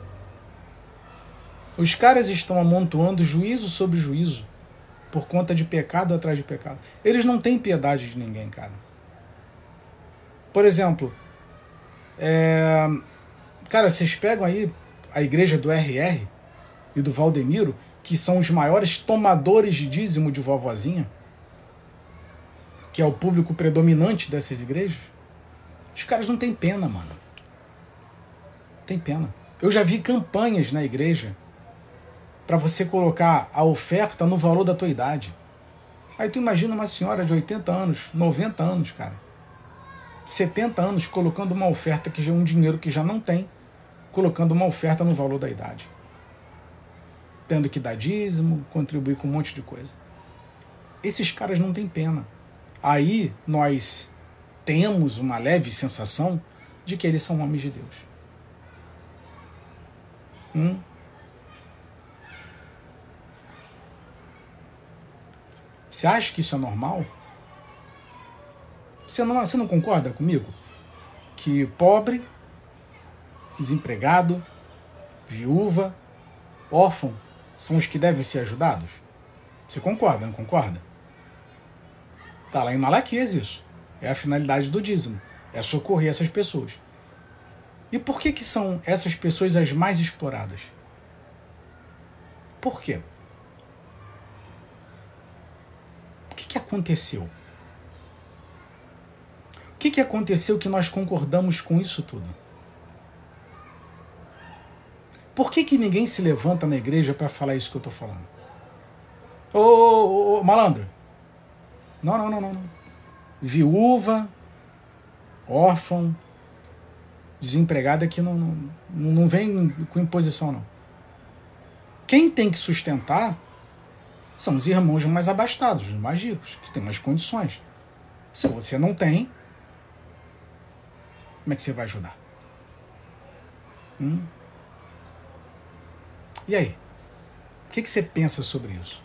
Os caras estão amontoando juízo sobre juízo por conta de pecado atrás de pecado. Eles não têm piedade de ninguém, cara. Por exemplo, é... cara, vocês pegam aí a igreja do R R e do Valdemiro, que são os maiores tomadores de dízimo de vovozinha, que é o público predominante dessas igrejas. Os caras não têm pena, mano. Tem pena. Eu já vi campanhas na igreja para você colocar a oferta no valor da tua idade. Aí tu imagina uma senhora de oitenta anos, noventa anos, cara, setenta anos, colocando uma oferta que já é um dinheiro que já não tem, colocando uma oferta no valor da idade. Tendo que dar dízimo, contribuir com um monte de coisa. Esses caras não têm pena. Aí nós temos uma leve sensação de que eles são homens de Deus. Hum? Você acha que isso é normal? Você não, você não concorda comigo? Que pobre, desempregado, viúva, órfão são os que devem ser ajudados? Você concorda, não concorda? Está lá em Malaquias isso. É a finalidade do dízimo. É socorrer essas pessoas. E por que que são essas pessoas as mais exploradas? Por quê? O que que aconteceu? O que que aconteceu que nós concordamos com isso tudo? Por que que ninguém se levanta na igreja para falar isso que eu estou falando? Ô, ô, ô, malandro. Não, não, não, não. Viúva, órfão, desempregado aqui não, não, não vem com imposição, não. Quem tem que sustentar são os irmãos mais abastados, os mais ricos, que têm mais condições. Se você não tem, Como é que você vai ajudar? Hum? E aí? O que, que você pensa sobre isso?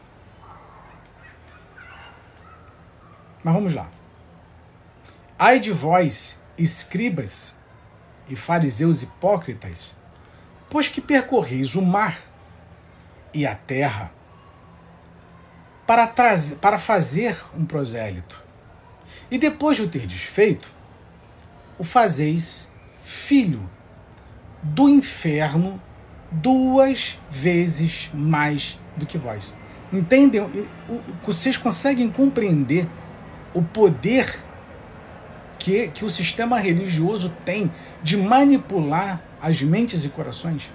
Mas vamos lá. Ai de vós, escribas e fariseus hipócritas, pois que percorreis o mar e a terra para, trazer, para fazer um prosélito, e depois de o terdes feito, o fazeis filho do inferno duas vezes mais do que vós. Entendem? Vocês conseguem compreender o poder que, que o sistema religioso tem de manipular as mentes e corações?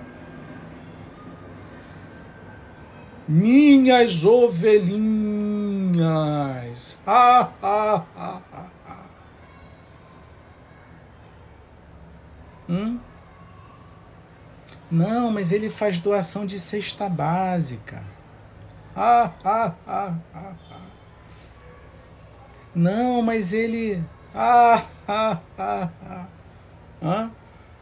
Minhas ovelhinhas. Ah, ah, ah, ah, ah. Hum? Não, mas ele faz doação de cesta básica. Ah, ah, ah, ah, ah. Não, mas ele... Ah, ah, ah, ah. Hã?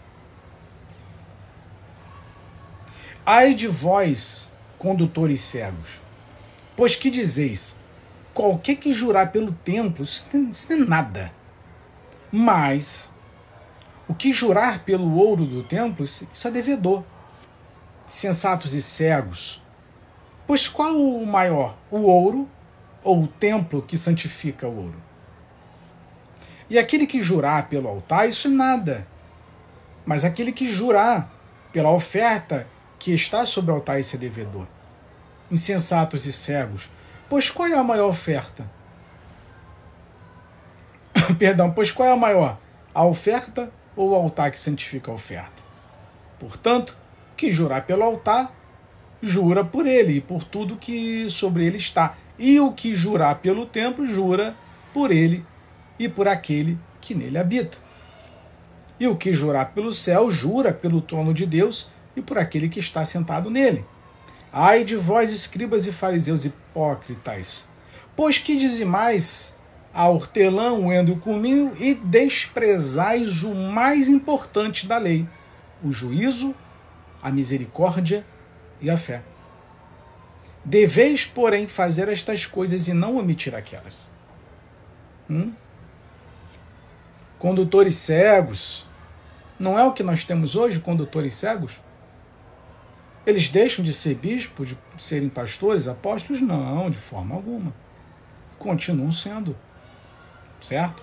Ai de vós, condutores cegos, pois que dizeis, qualquer que jurar pelo templo, isso não é nada. Mas o que jurar pelo ouro do templo, isso é devedor. Sensatos e cegos, pois qual o maior, o ouro ou o templo que santifica o ouro? E aquele que jurar pelo altar, isso é nada. Mas aquele que jurar pela oferta que está sobre o altar, esse é devedor. Insensatos e cegos, pois qual é a maior oferta? Perdão, pois qual é a maior? A oferta ou o altar que santifica a oferta? Portanto, que jurar pelo altar, jura por ele e por tudo que sobre ele está. E o que jurar pelo templo, jura por ele e por aquele que nele habita. E o que jurar pelo céu, jura pelo trono de Deus e por aquele que está sentado nele. Ai de vós, escribas e fariseus hipócritas, pois que dizimais a hortelã, o endo e o cominho, e desprezais o mais importante da lei, o juízo, a misericórdia e a fé. Deveis, porém, fazer estas coisas e não omitir aquelas. Hum? Condutores cegos. Não é o que nós temos hoje, condutores cegos? Eles deixam de ser bispos, de serem pastores, apóstolos? Não, de forma alguma. Continuam sendo. Certo?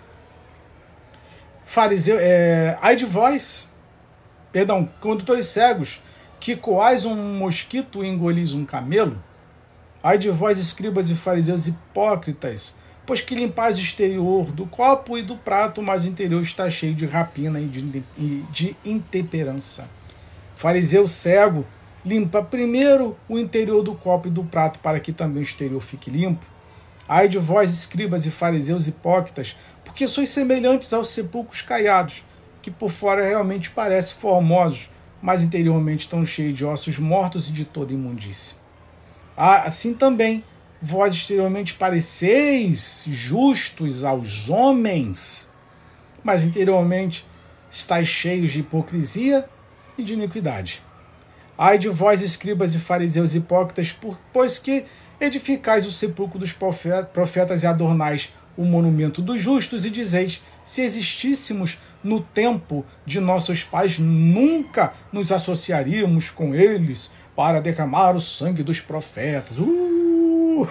Fariseu, é, ai de vós, perdão, condutores cegos, que coais um mosquito e engolis um camelo? Ai de vós, escribas e fariseus hipócritas, pois que limpais o exterior do copo e do prato, mas o interior está cheio de rapina e de, e de intemperança. Fariseu cego, limpa primeiro o interior do copo e do prato, para que também o exterior fique limpo. Ai de vós, escribas e fariseus hipócritas, porque sois semelhantes aos sepulcros caiados, que por fora realmente parecem formosos, mas interiormente estão cheios de ossos mortos e de toda imundície. Assim também, vós exteriormente pareceis justos aos homens, mas interiormente estáis cheios de hipocrisia e de iniquidade. Ai de vós, escribas e fariseus hipócritas, pois que edificais o sepulcro dos profetas e adornais o monumento dos justos, e dizeis, se existíssemos no tempo de nossos pais, nunca nos associaríamos com eles para derramar o sangue dos profetas. Uh!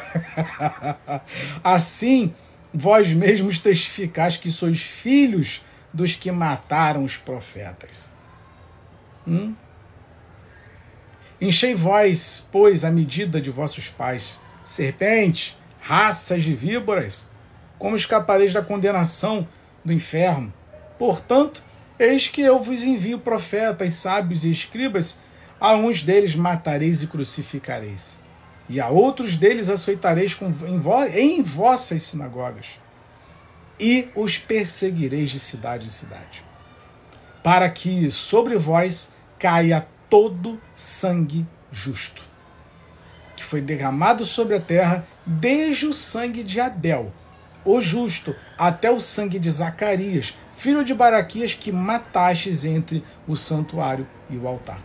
Assim, vós mesmos testificais que sois filhos dos que mataram os profetas. Hum? Enchei vós, pois, a medida de vossos pais, serpentes, raças de víboras, como escapareis da condenação do inferno? Portanto, eis que eu vos envio profetas, sábios e escribas, a uns deles matareis e crucificareis, e a outros deles açoitareis com, em, vo, em vossas sinagogas, e os perseguireis de cidade em cidade, para que sobre vós caia todo sangue justo, que foi derramado sobre a terra, desde o sangue de Abel, o justo, até o sangue de Zacarias, filho de Baraquias, que matastes entre o santuário e o altar.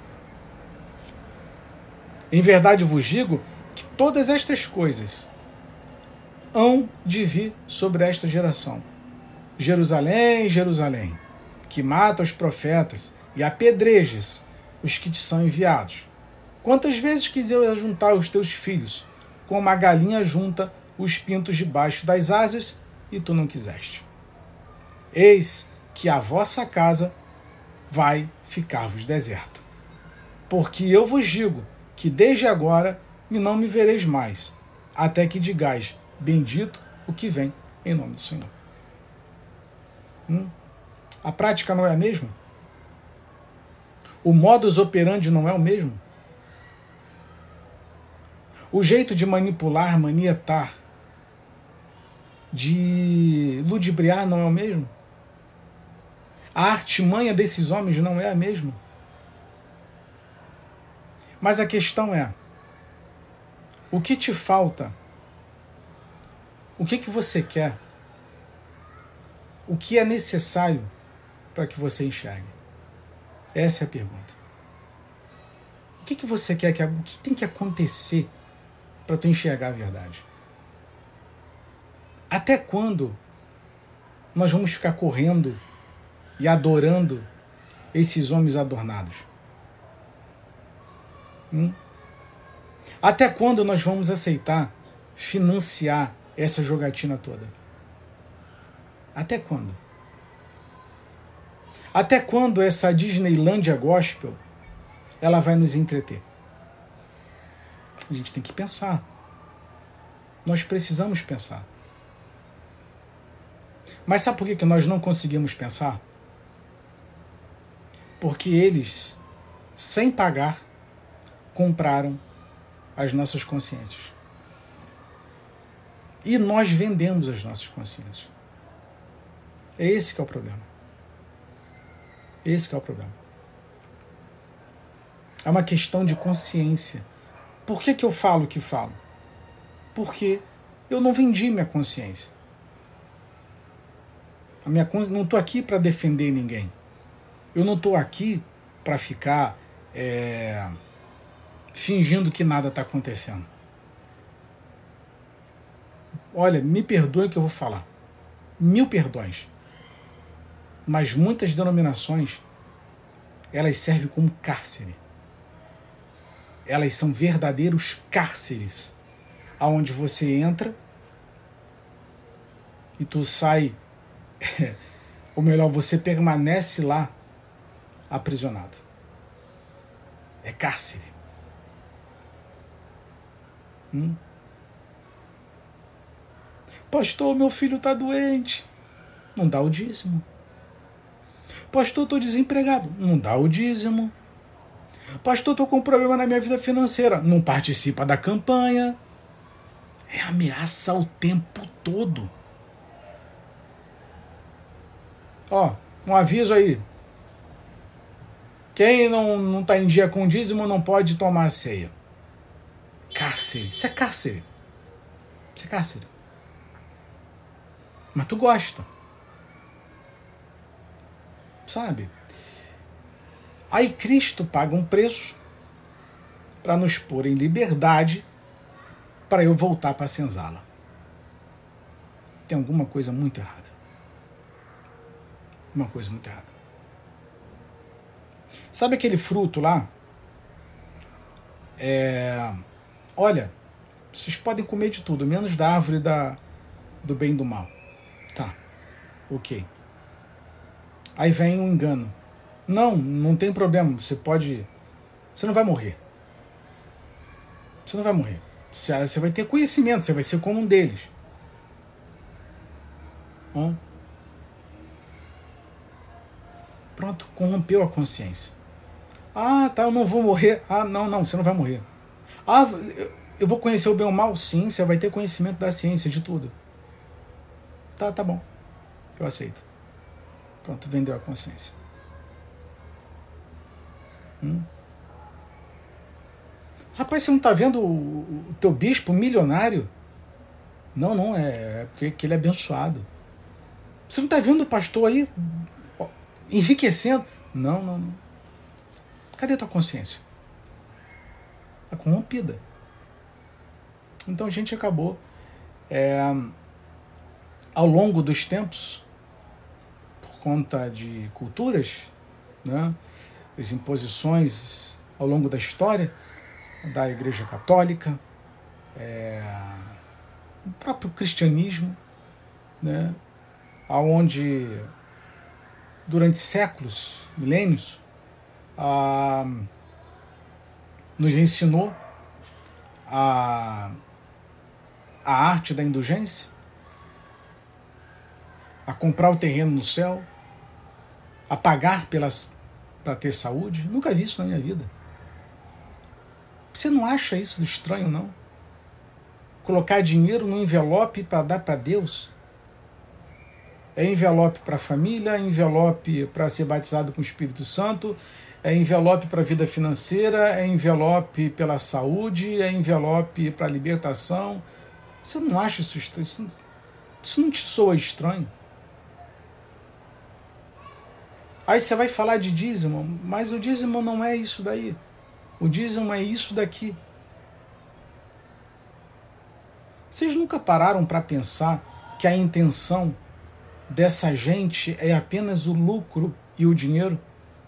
Em verdade vos digo que todas estas coisas hão de vir sobre esta geração. Jerusalém, Jerusalém, que mata os profetas e apedrejas os que te são enviados. Quantas vezes quis eu ajuntar os teus filhos, como a galinha junta os pintos debaixo das asas, e tu não quiseste. Eis que a vossa casa vai ficar-vos deserta. Porque eu vos digo que desde agora não me vereis mais, até que digais, bendito o que vem em nome do Senhor. Hum? A prática não é a mesma? O modus operandi não é o mesmo? O jeito de manipular, manietar, de ludibriar não é o mesmo? A artimanha desses homens não é a mesma? Mas a questão é, o que te falta? O que, que você quer? O que é necessário para que você enxergue? Essa é a pergunta. O que, que você quer? Que, o que tem que acontecer para tu enxergar a verdade? Até quando nós vamos ficar correndo e adorando esses homens adornados? Hum? Até quando nós vamos aceitar financiar essa jogatina toda? Até quando? Até quando essa Disneylândia gospel ela vai nos entreter? A gente tem que pensar. Nós precisamos pensar. Mas sabe por que nós não conseguimos pensar? Porque eles, sem pagar, compraram as nossas consciências. E nós vendemos as nossas consciências. É esse que é o problema. Esse que é o problema. É uma questão de consciência. Por que que eu falo o que falo? Porque eu não vendi minha consciência. A minha consciência, não estou aqui para defender ninguém. Eu não estou aqui para ficar é, fingindo que nada está acontecendo. Olha, me perdoe o que eu vou falar. Mil perdões. Mas muitas denominações, elas servem como cárcere. Elas são verdadeiros cárceres, aonde você entra e tu sai, ou melhor, você permanece lá aprisionado. É cárcere. Hum? Pastor, meu filho está doente. Não dá o dízimo. Pastor, estou desempregado. Não dá o dízimo. Pastor, estou com um problema na minha vida financeira. Não participa da campanha. É ameaça o tempo todo. Ó, um aviso aí. Quem não não está em dia com o dízimo não pode tomar ceia. Cárcere. Isso é cárcere. Isso é cárcere. Mas tu gosta. Sabe? Aí Cristo paga um preço para nos pôr em liberdade para eu voltar para a senzala. Tem alguma coisa muito errada. Uma coisa muito errada. Sabe aquele fruto lá? É... Olha, vocês podem comer de tudo, menos da árvore da... do bem e do mal. Tá, ok. Aí vem um engano. Não, não tem problema, você pode... Você não vai morrer. Você não vai morrer. Você vai ter conhecimento, você vai ser como um deles. Hum? Pronto, corrompeu a consciência. Ah, tá, eu não vou morrer. Ah, não, não, você não vai morrer. Ah, eu vou conhecer o bem ou o mal? Sim, você vai ter conhecimento da ciência, de tudo. Tá, tá bom. Eu aceito. Pronto, vendeu a consciência. Hum? Rapaz, você não tá vendo o, o teu bispo milionário? Não, não, é, é porque ele é abençoado. Você não está vendo o pastor aí enriquecendo? Não, não, não. Cadê a tua consciência? Está corrompida. Então a gente acabou, é, ao longo dos tempos, por conta de culturas, né, as imposições ao longo da história da Igreja Católica, é, o próprio cristianismo, né, onde durante séculos, milênios, ah, nos ensinou a, a arte da indulgência, a comprar o terreno no céu, a pagar pelas para ter saúde. Nunca vi isso na minha vida. Você não acha isso estranho, não? Colocar dinheiro no envelope para dar para Deus? É envelope para a família, é envelope para ser batizado com o Espírito Santo, é envelope para a vida financeira, é envelope pela saúde, é envelope para a libertação. Você não acha isso estranho? Isso, isso não te soa estranho? Aí você vai falar de dízimo, mas o dízimo não é isso daí. O dízimo é isso daqui. Vocês nunca pararam para pensar que a intenção dessa gente é apenas o lucro e o dinheiro?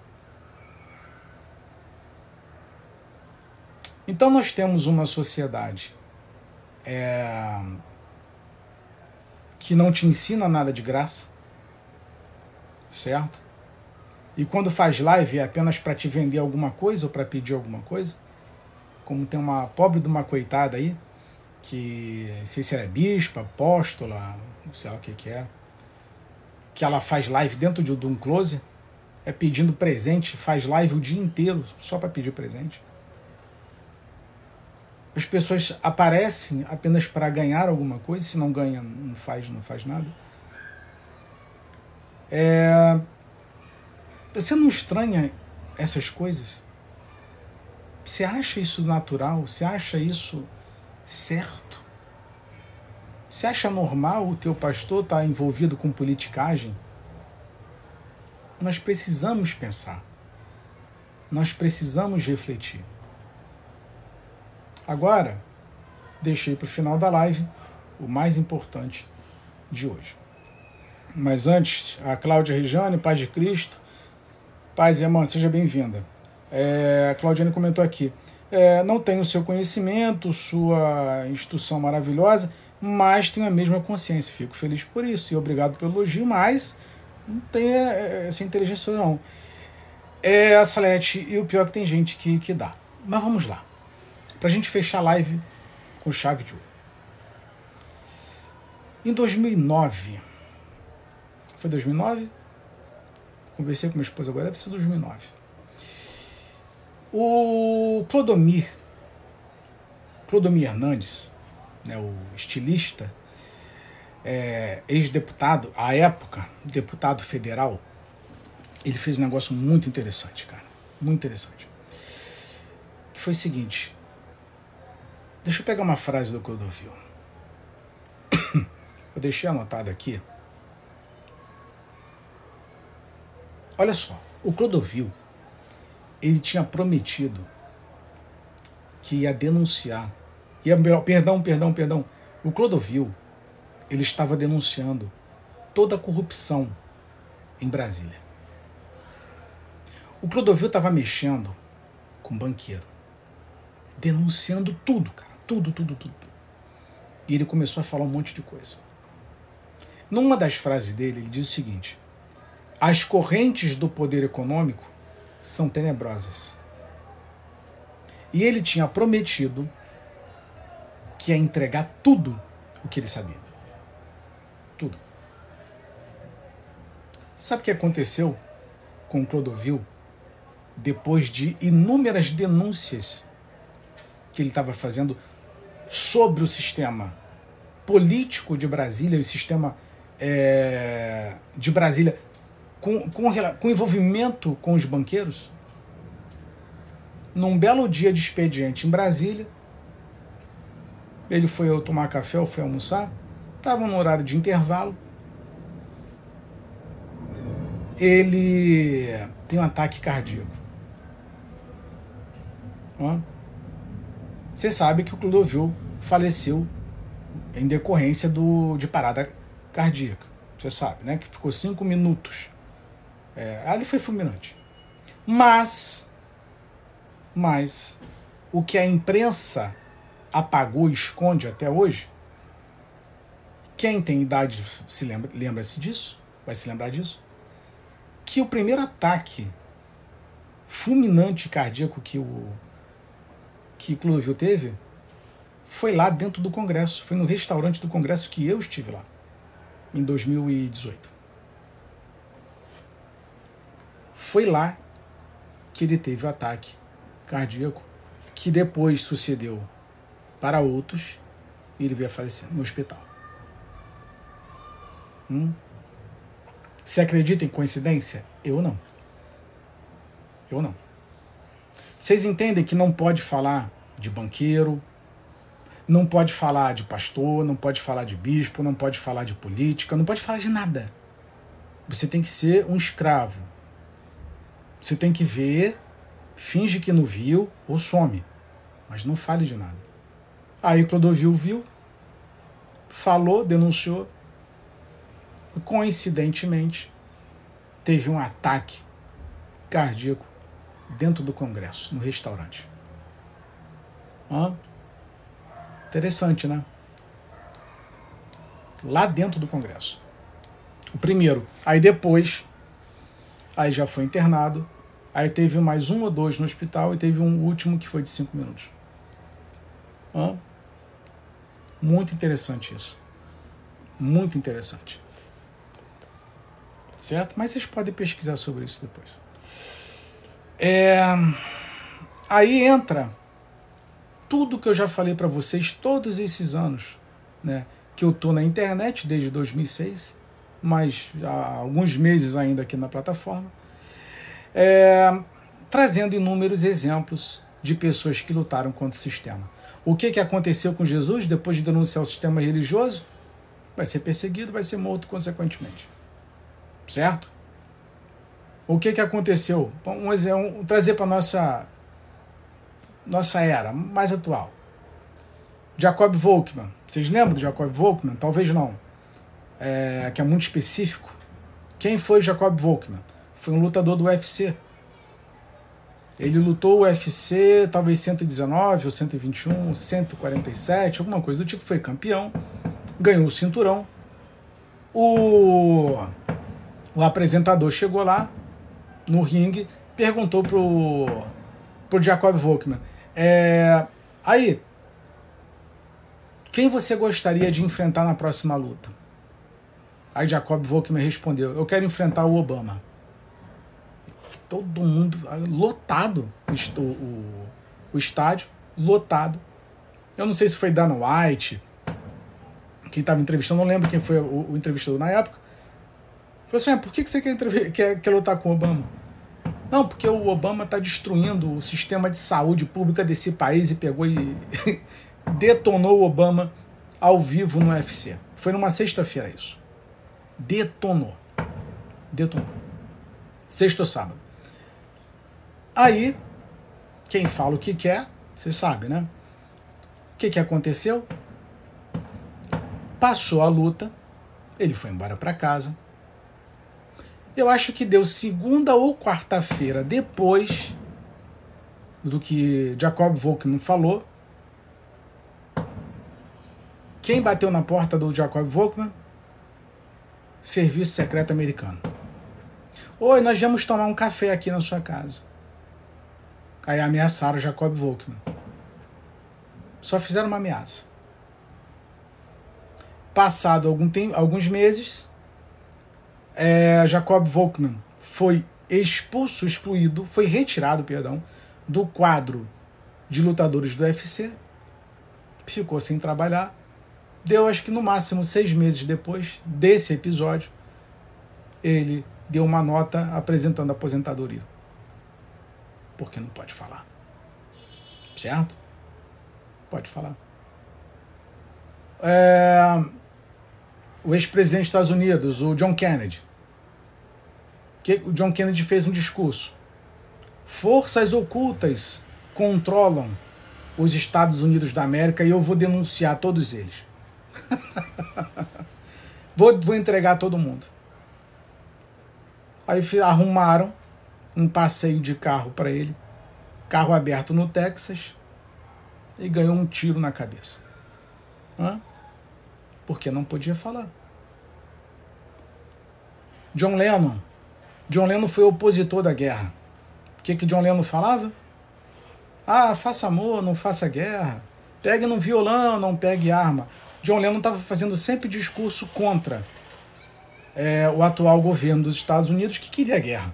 Então nós temos uma sociedade é, que não te ensina nada de graça, certo? E quando faz live é apenas para te vender alguma coisa ou para pedir alguma coisa. Como tem uma pobre de uma coitada aí, que não sei se ela é bispa, apóstola, não sei lá o que que é, que ela faz live dentro de um closet, é pedindo presente, faz live o dia inteiro só para pedir presente. As pessoas aparecem apenas para ganhar alguma coisa, se não ganha, não faz, não faz nada. É... Você não estranha essas coisas? Você acha isso natural? Você acha isso certo? Você acha normal o teu pastor estar envolvido com politicagem? Nós precisamos pensar. Nós precisamos refletir. Agora, deixei para o final da live o mais importante de hoje. Mas antes, a Cláudia Regiane, Paz de Cristo. Paz, irmã, seja bem-vinda. É, a Claudiane comentou aqui. É, não tenho o seu conhecimento, sua instrução maravilhosa, mas tenho a mesma consciência. Fico feliz por isso e obrigado pelo elogio, mas não tenho essa inteligência não. É, Salete, e o pior é que tem gente que, que dá. Mas vamos lá. Pra gente fechar a live com chave de ouro. Em dois mil e nove, foi dois mil e nove? Conversei com minha esposa agora, deve ser dois mil e nove. O Clodomir, Clodomir Hernandes, né, o estilista, é, ex-deputado, à época, deputado federal, ele fez um negócio muito interessante, cara. Muito interessante. Que foi o seguinte. Deixa eu pegar uma frase do Clodovil. Eu deixei anotado aqui. Olha só, o Clodovil, ele tinha prometido que ia denunciar. Ia, perdão, perdão, perdão. O Clodovil, ele estava denunciando toda a corrupção em Brasília. O Clodovil estava mexendo com banqueiro. Denunciando tudo, cara. Tudo, tudo, tudo. E ele começou a falar um monte de coisa. Numa das frases dele, ele diz o seguinte: as correntes do poder econômico são tenebrosas. E ele tinha prometido que ia entregar tudo o que ele sabia. Tudo. Sabe o que aconteceu com o Clodovil depois de inúmeras denúncias que ele estava fazendo sobre o sistema político de Brasília e o sistema é, de Brasília com, com, com envolvimento com os banqueiros? Num belo dia de expediente em Brasília, ele foi tomar café ou foi almoçar, estava no horário de intervalo, ele tem um ataque cardíaco. Você sabe que o Clodovil faleceu em decorrência do, de parada cardíaca. Você sabe, né? Que ficou cinco minutos. É, ali foi fulminante. Mas, mas, o que a imprensa apagou e esconde até hoje, quem tem idade se lembra, lembra-se disso, vai se lembrar disso, que o primeiro ataque fulminante cardíaco que o que Clodovil teve foi lá dentro do Congresso, foi no restaurante do Congresso que eu estive lá, em dois mil e dezoito. Foi lá que ele teve o ataque cardíaco, que depois sucedeu para outros, e ele veio a falecer no hospital. Hum? Você acredita em coincidência? Eu não. Eu não. Vocês entendem que não pode falar de banqueiro, não pode falar de pastor, não pode falar de bispo, não pode falar de política, não pode falar de nada. Você tem que ser um escravo. Você tem que ver, finge que não viu ou some, mas não fale de nada. Aí Clodovil viu, falou, denunciou, coincidentemente teve um ataque cardíaco dentro do Congresso, no restaurante. Hã? Interessante, né? Lá dentro do Congresso. O primeiro. Aí depois, aí já foi internado. Aí teve mais um ou dois no hospital e teve um último que foi de cinco minutos. Hã? Muito interessante isso. Muito interessante. Certo? Mas vocês podem pesquisar sobre isso depois. É... Aí entra tudo que eu já falei para vocês todos esses anos, né, que eu estou na internet desde dois mil e seis, mas há alguns meses ainda aqui na plataforma, é... trazendo inúmeros exemplos de pessoas que lutaram contra o sistema. O que, que aconteceu com Jesus depois de denunciar o sistema religioso? Vai ser perseguido, vai ser morto consequentemente. Certo? O que, que aconteceu? Vamos um, trazer para a nossa, nossa era mais atual. Jacob Volkmann. Vocês lembram do Jacob Volkmann? Talvez não. É, que é muito específico. Quem foi Jacob Volkmann? Foi um lutador do U F C. Ele lutou o U F C, talvez cento e dezenove, ou cento e vinte e um, cento e quarenta e sete, alguma coisa do tipo. Foi campeão, ganhou o cinturão. O, o apresentador chegou lá, no ringue, perguntou pro, pro Jacob Volkmann, é, aí, quem você gostaria de enfrentar na próxima luta? Aí Jacob Volkmann respondeu, eu quero enfrentar o Obama. Todo mundo, lotado, o, o, o estádio, lotado. Eu não sei se foi Dana White, quem estava entrevistando, não lembro quem foi o, o entrevistador na época. Falou assim, ah, por que você quer, quer, quer lutar com o Obama? Não, porque o Obama está destruindo o sistema de saúde pública desse país e pegou e detonou o Obama ao vivo no U F C. Foi numa sexta-feira isso. Detonou. Detonou. Sexta ou sábado. Aí, quem fala o que quer, você sabe, né? O que, que aconteceu? Passou a luta, ele foi embora para casa. Eu acho que deu segunda ou quarta-feira depois do que Jacob Volkmann falou. Quem bateu na porta do Jacob Volkmann? Serviço Secreto Americano. Oi, nós viemos tomar um café aqui na sua casa. Aí ameaçaram Jacob Volkmann. Só fizeram uma ameaça. Passado algum tempo, alguns meses, É, Jacob Volkmann foi expulso, excluído, foi retirado, perdão, do quadro de lutadores do U F C, ficou sem trabalhar, deu acho que no máximo seis meses depois desse episódio, ele deu uma nota apresentando a aposentadoria. Porque não pode falar. Certo? Pode falar. É, o ex-presidente dos Estados Unidos, o John Kennedy, Que o John Kennedy fez um discurso. Forças ocultas controlam os Estados Unidos da América e eu vou denunciar todos eles. vou, vou entregar todo mundo. Aí arrumaram um passeio de carro para ele, carro aberto no Texas, e ganhou um tiro na cabeça. Hã? Porque não podia falar. John Lennon. John Lennon foi opositor da guerra. O que que John Lennon falava? Ah, faça amor, não faça guerra. Pegue no violão, não pegue arma. John Lennon estava fazendo sempre discurso contra é, o atual governo dos Estados Unidos, que queria a guerra.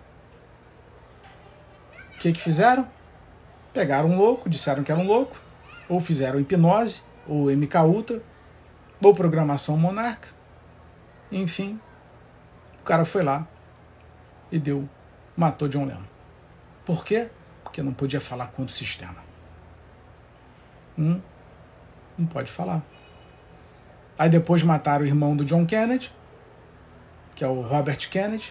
O que que fizeram? Pegaram um louco, disseram que era um louco, ou fizeram hipnose, ou M K Ultra, ou programação monarca. Enfim, o cara foi lá e deu, matou John Lennon. Por quê? Porque não podia falar contra o sistema. Hum? Não pode falar. Aí depois mataram o irmão do John Kennedy, que é o Robert Kennedy.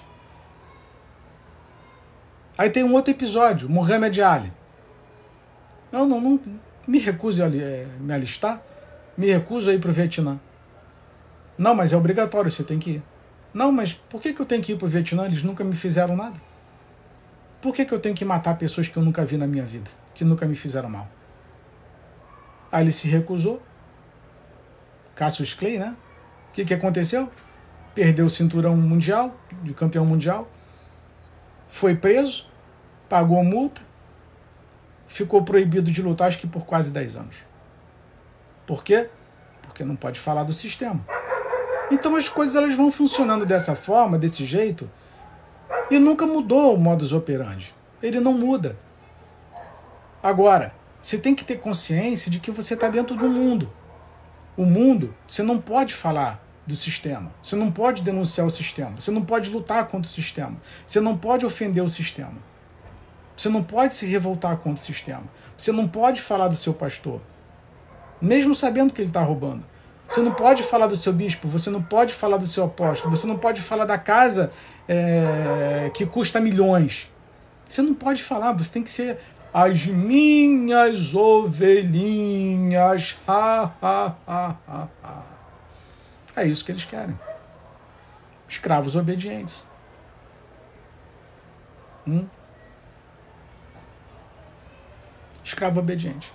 Aí tem um outro episódio, Muhammad Ali. Não, não, não me recuso a é, me alistar, me recuso a ir para o Vietnã. Não, mas é obrigatório, você tem que ir. Não, mas por que, que eu tenho que ir para o Vietnã? Eles nunca me fizeram nada. Por que, que eu tenho que matar pessoas que eu nunca vi na minha vida, que nunca me fizeram mal? Aí ele se recusou. Cassius Clay, né? O que, que aconteceu? Perdeu o cinturão mundial, de campeão mundial, foi preso, pagou multa, ficou proibido de lutar, acho que por quase dez anos. Por quê? Porque não pode falar do sistema. Então as coisas elas vão funcionando dessa forma, desse jeito, e nunca mudou o modus operandi. Ele não muda. Agora, você tem que ter consciência de que você está dentro do mundo. O mundo, você não pode falar do sistema. Você não pode denunciar o sistema. Você não pode lutar contra o sistema. Você não pode ofender o sistema. Você não pode se revoltar contra o sistema. Você não pode falar do seu pastor, mesmo sabendo que ele está roubando. Você não pode falar do seu bispo, você não pode falar do seu apóstolo, você não pode falar da casa é, que custa milhões. Você não pode falar, você tem que ser as minhas ovelhinhas. Ha, ha, ha, ha, ha. É isso que eles querem. Escravos obedientes. Hum? Escravo obediente.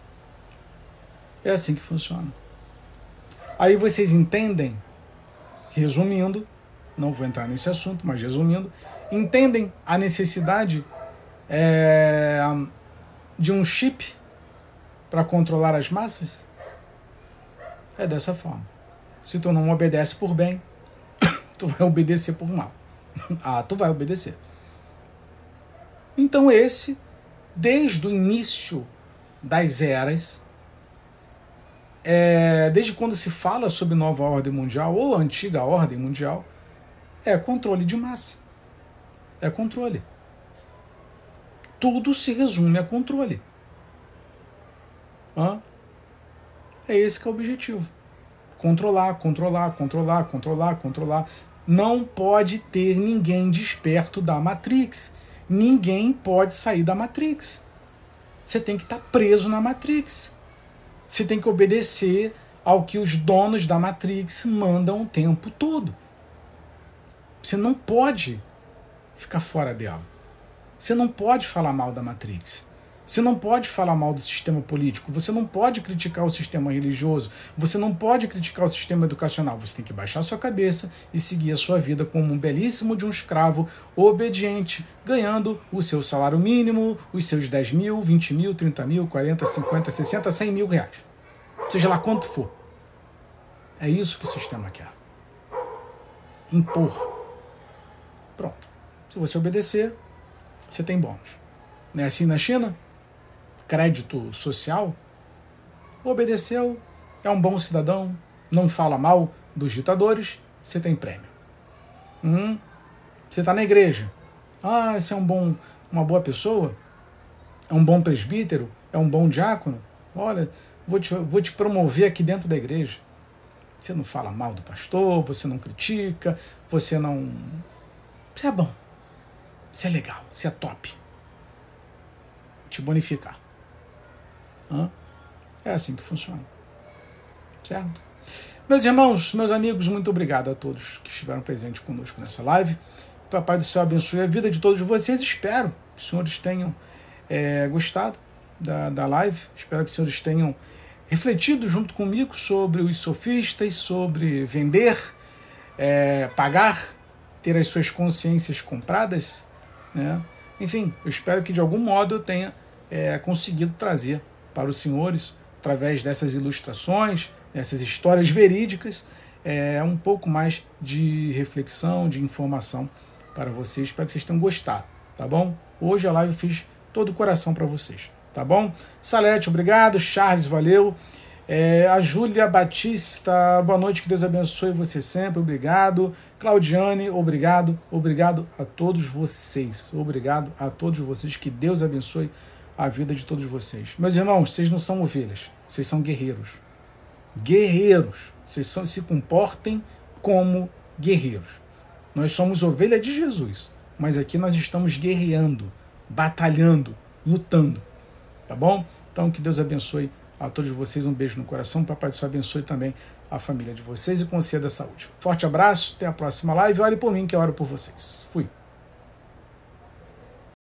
É assim que funciona. Aí vocês entendem, resumindo, não vou entrar nesse assunto, mas resumindo, entendem a necessidade é, de um chip para controlar as massas? É dessa forma. Se tu não obedece por bem, tu vai obedecer por mal. Ah, tu vai obedecer. Então esse, desde o início das eras, é, desde quando se fala sobre nova ordem mundial ou antiga ordem mundial, é controle de massa. É controle. Tudo se resume a controle. Hã? É esse que é o objetivo. Controlar, controlar, controlar, controlar, controlar. Não pode ter ninguém desperto da Matrix. Ninguém pode sair da Matrix. Você tem que estar preso na Matrix. Você tem que obedecer ao que os donos da Matrix mandam o tempo todo. Você não pode ficar fora dela. Você não pode falar mal da Matrix. Você não pode falar mal do sistema político. Você não pode criticar o sistema religioso. Você não pode criticar o sistema educacional. Você tem que baixar sua cabeça e seguir a sua vida como um belíssimo de um escravo obediente, ganhando o seu salário mínimo, os seus dez mil, vinte mil, trinta mil, quarenta, cinquenta, sessenta, cem mil reais. Seja lá quanto for. É isso que o sistema quer. Impor. Pronto. Se você obedecer, você tem bônus. Não é assim na China? Crédito social? Obedeceu, é um bom cidadão, não fala mal dos ditadores, você tem prêmio. Hum, você está na igreja. Ah, você é um bom, uma boa pessoa? É um bom presbítero? É um bom diácono? Olha, vou te, vou te promover aqui dentro da igreja. Você não fala mal do pastor, você não critica, você não... Você é bom. Isso é legal, isso é top. Te bonificar. Hã? É assim que funciona. Certo? Meus irmãos, meus amigos, muito obrigado a todos que estiveram presentes conosco nessa live. O Papai do Céu abençoe a vida de todos vocês. Espero que os senhores tenham é, gostado da, da live. Espero que os senhores tenham refletido junto comigo sobre os sofistas, sobre vender, é, pagar, ter as suas consciências compradas, né? Enfim, eu espero que de algum modo eu tenha é, conseguido trazer para os senhores, através dessas ilustrações, essas histórias verídicas, é, um pouco mais de reflexão, de informação para vocês. Espero que vocês tenham gostado, tá bom? Hoje a live eu fiz todo o coração para vocês, tá bom? Salete, obrigado. Charles, valeu. É, a Júlia Batista, boa noite, que Deus abençoe você sempre, obrigado. Claudiane, obrigado. Obrigado a todos vocês. Obrigado a todos vocês, que Deus abençoe a vida de todos vocês. Meus irmãos, vocês não são ovelhas, vocês são guerreiros. Guerreiros. Vocês são, se comportem como guerreiros. Nós somos ovelha de Jesus, mas aqui nós estamos guerreando, batalhando, lutando. Tá bom? Então que Deus abençoe a todos vocês. Um beijo no coração. Papai do Céu abençoe também a família de vocês e conceda saúde. Forte abraço, até a próxima live. Ore por mim, que eu oro por vocês. Fui.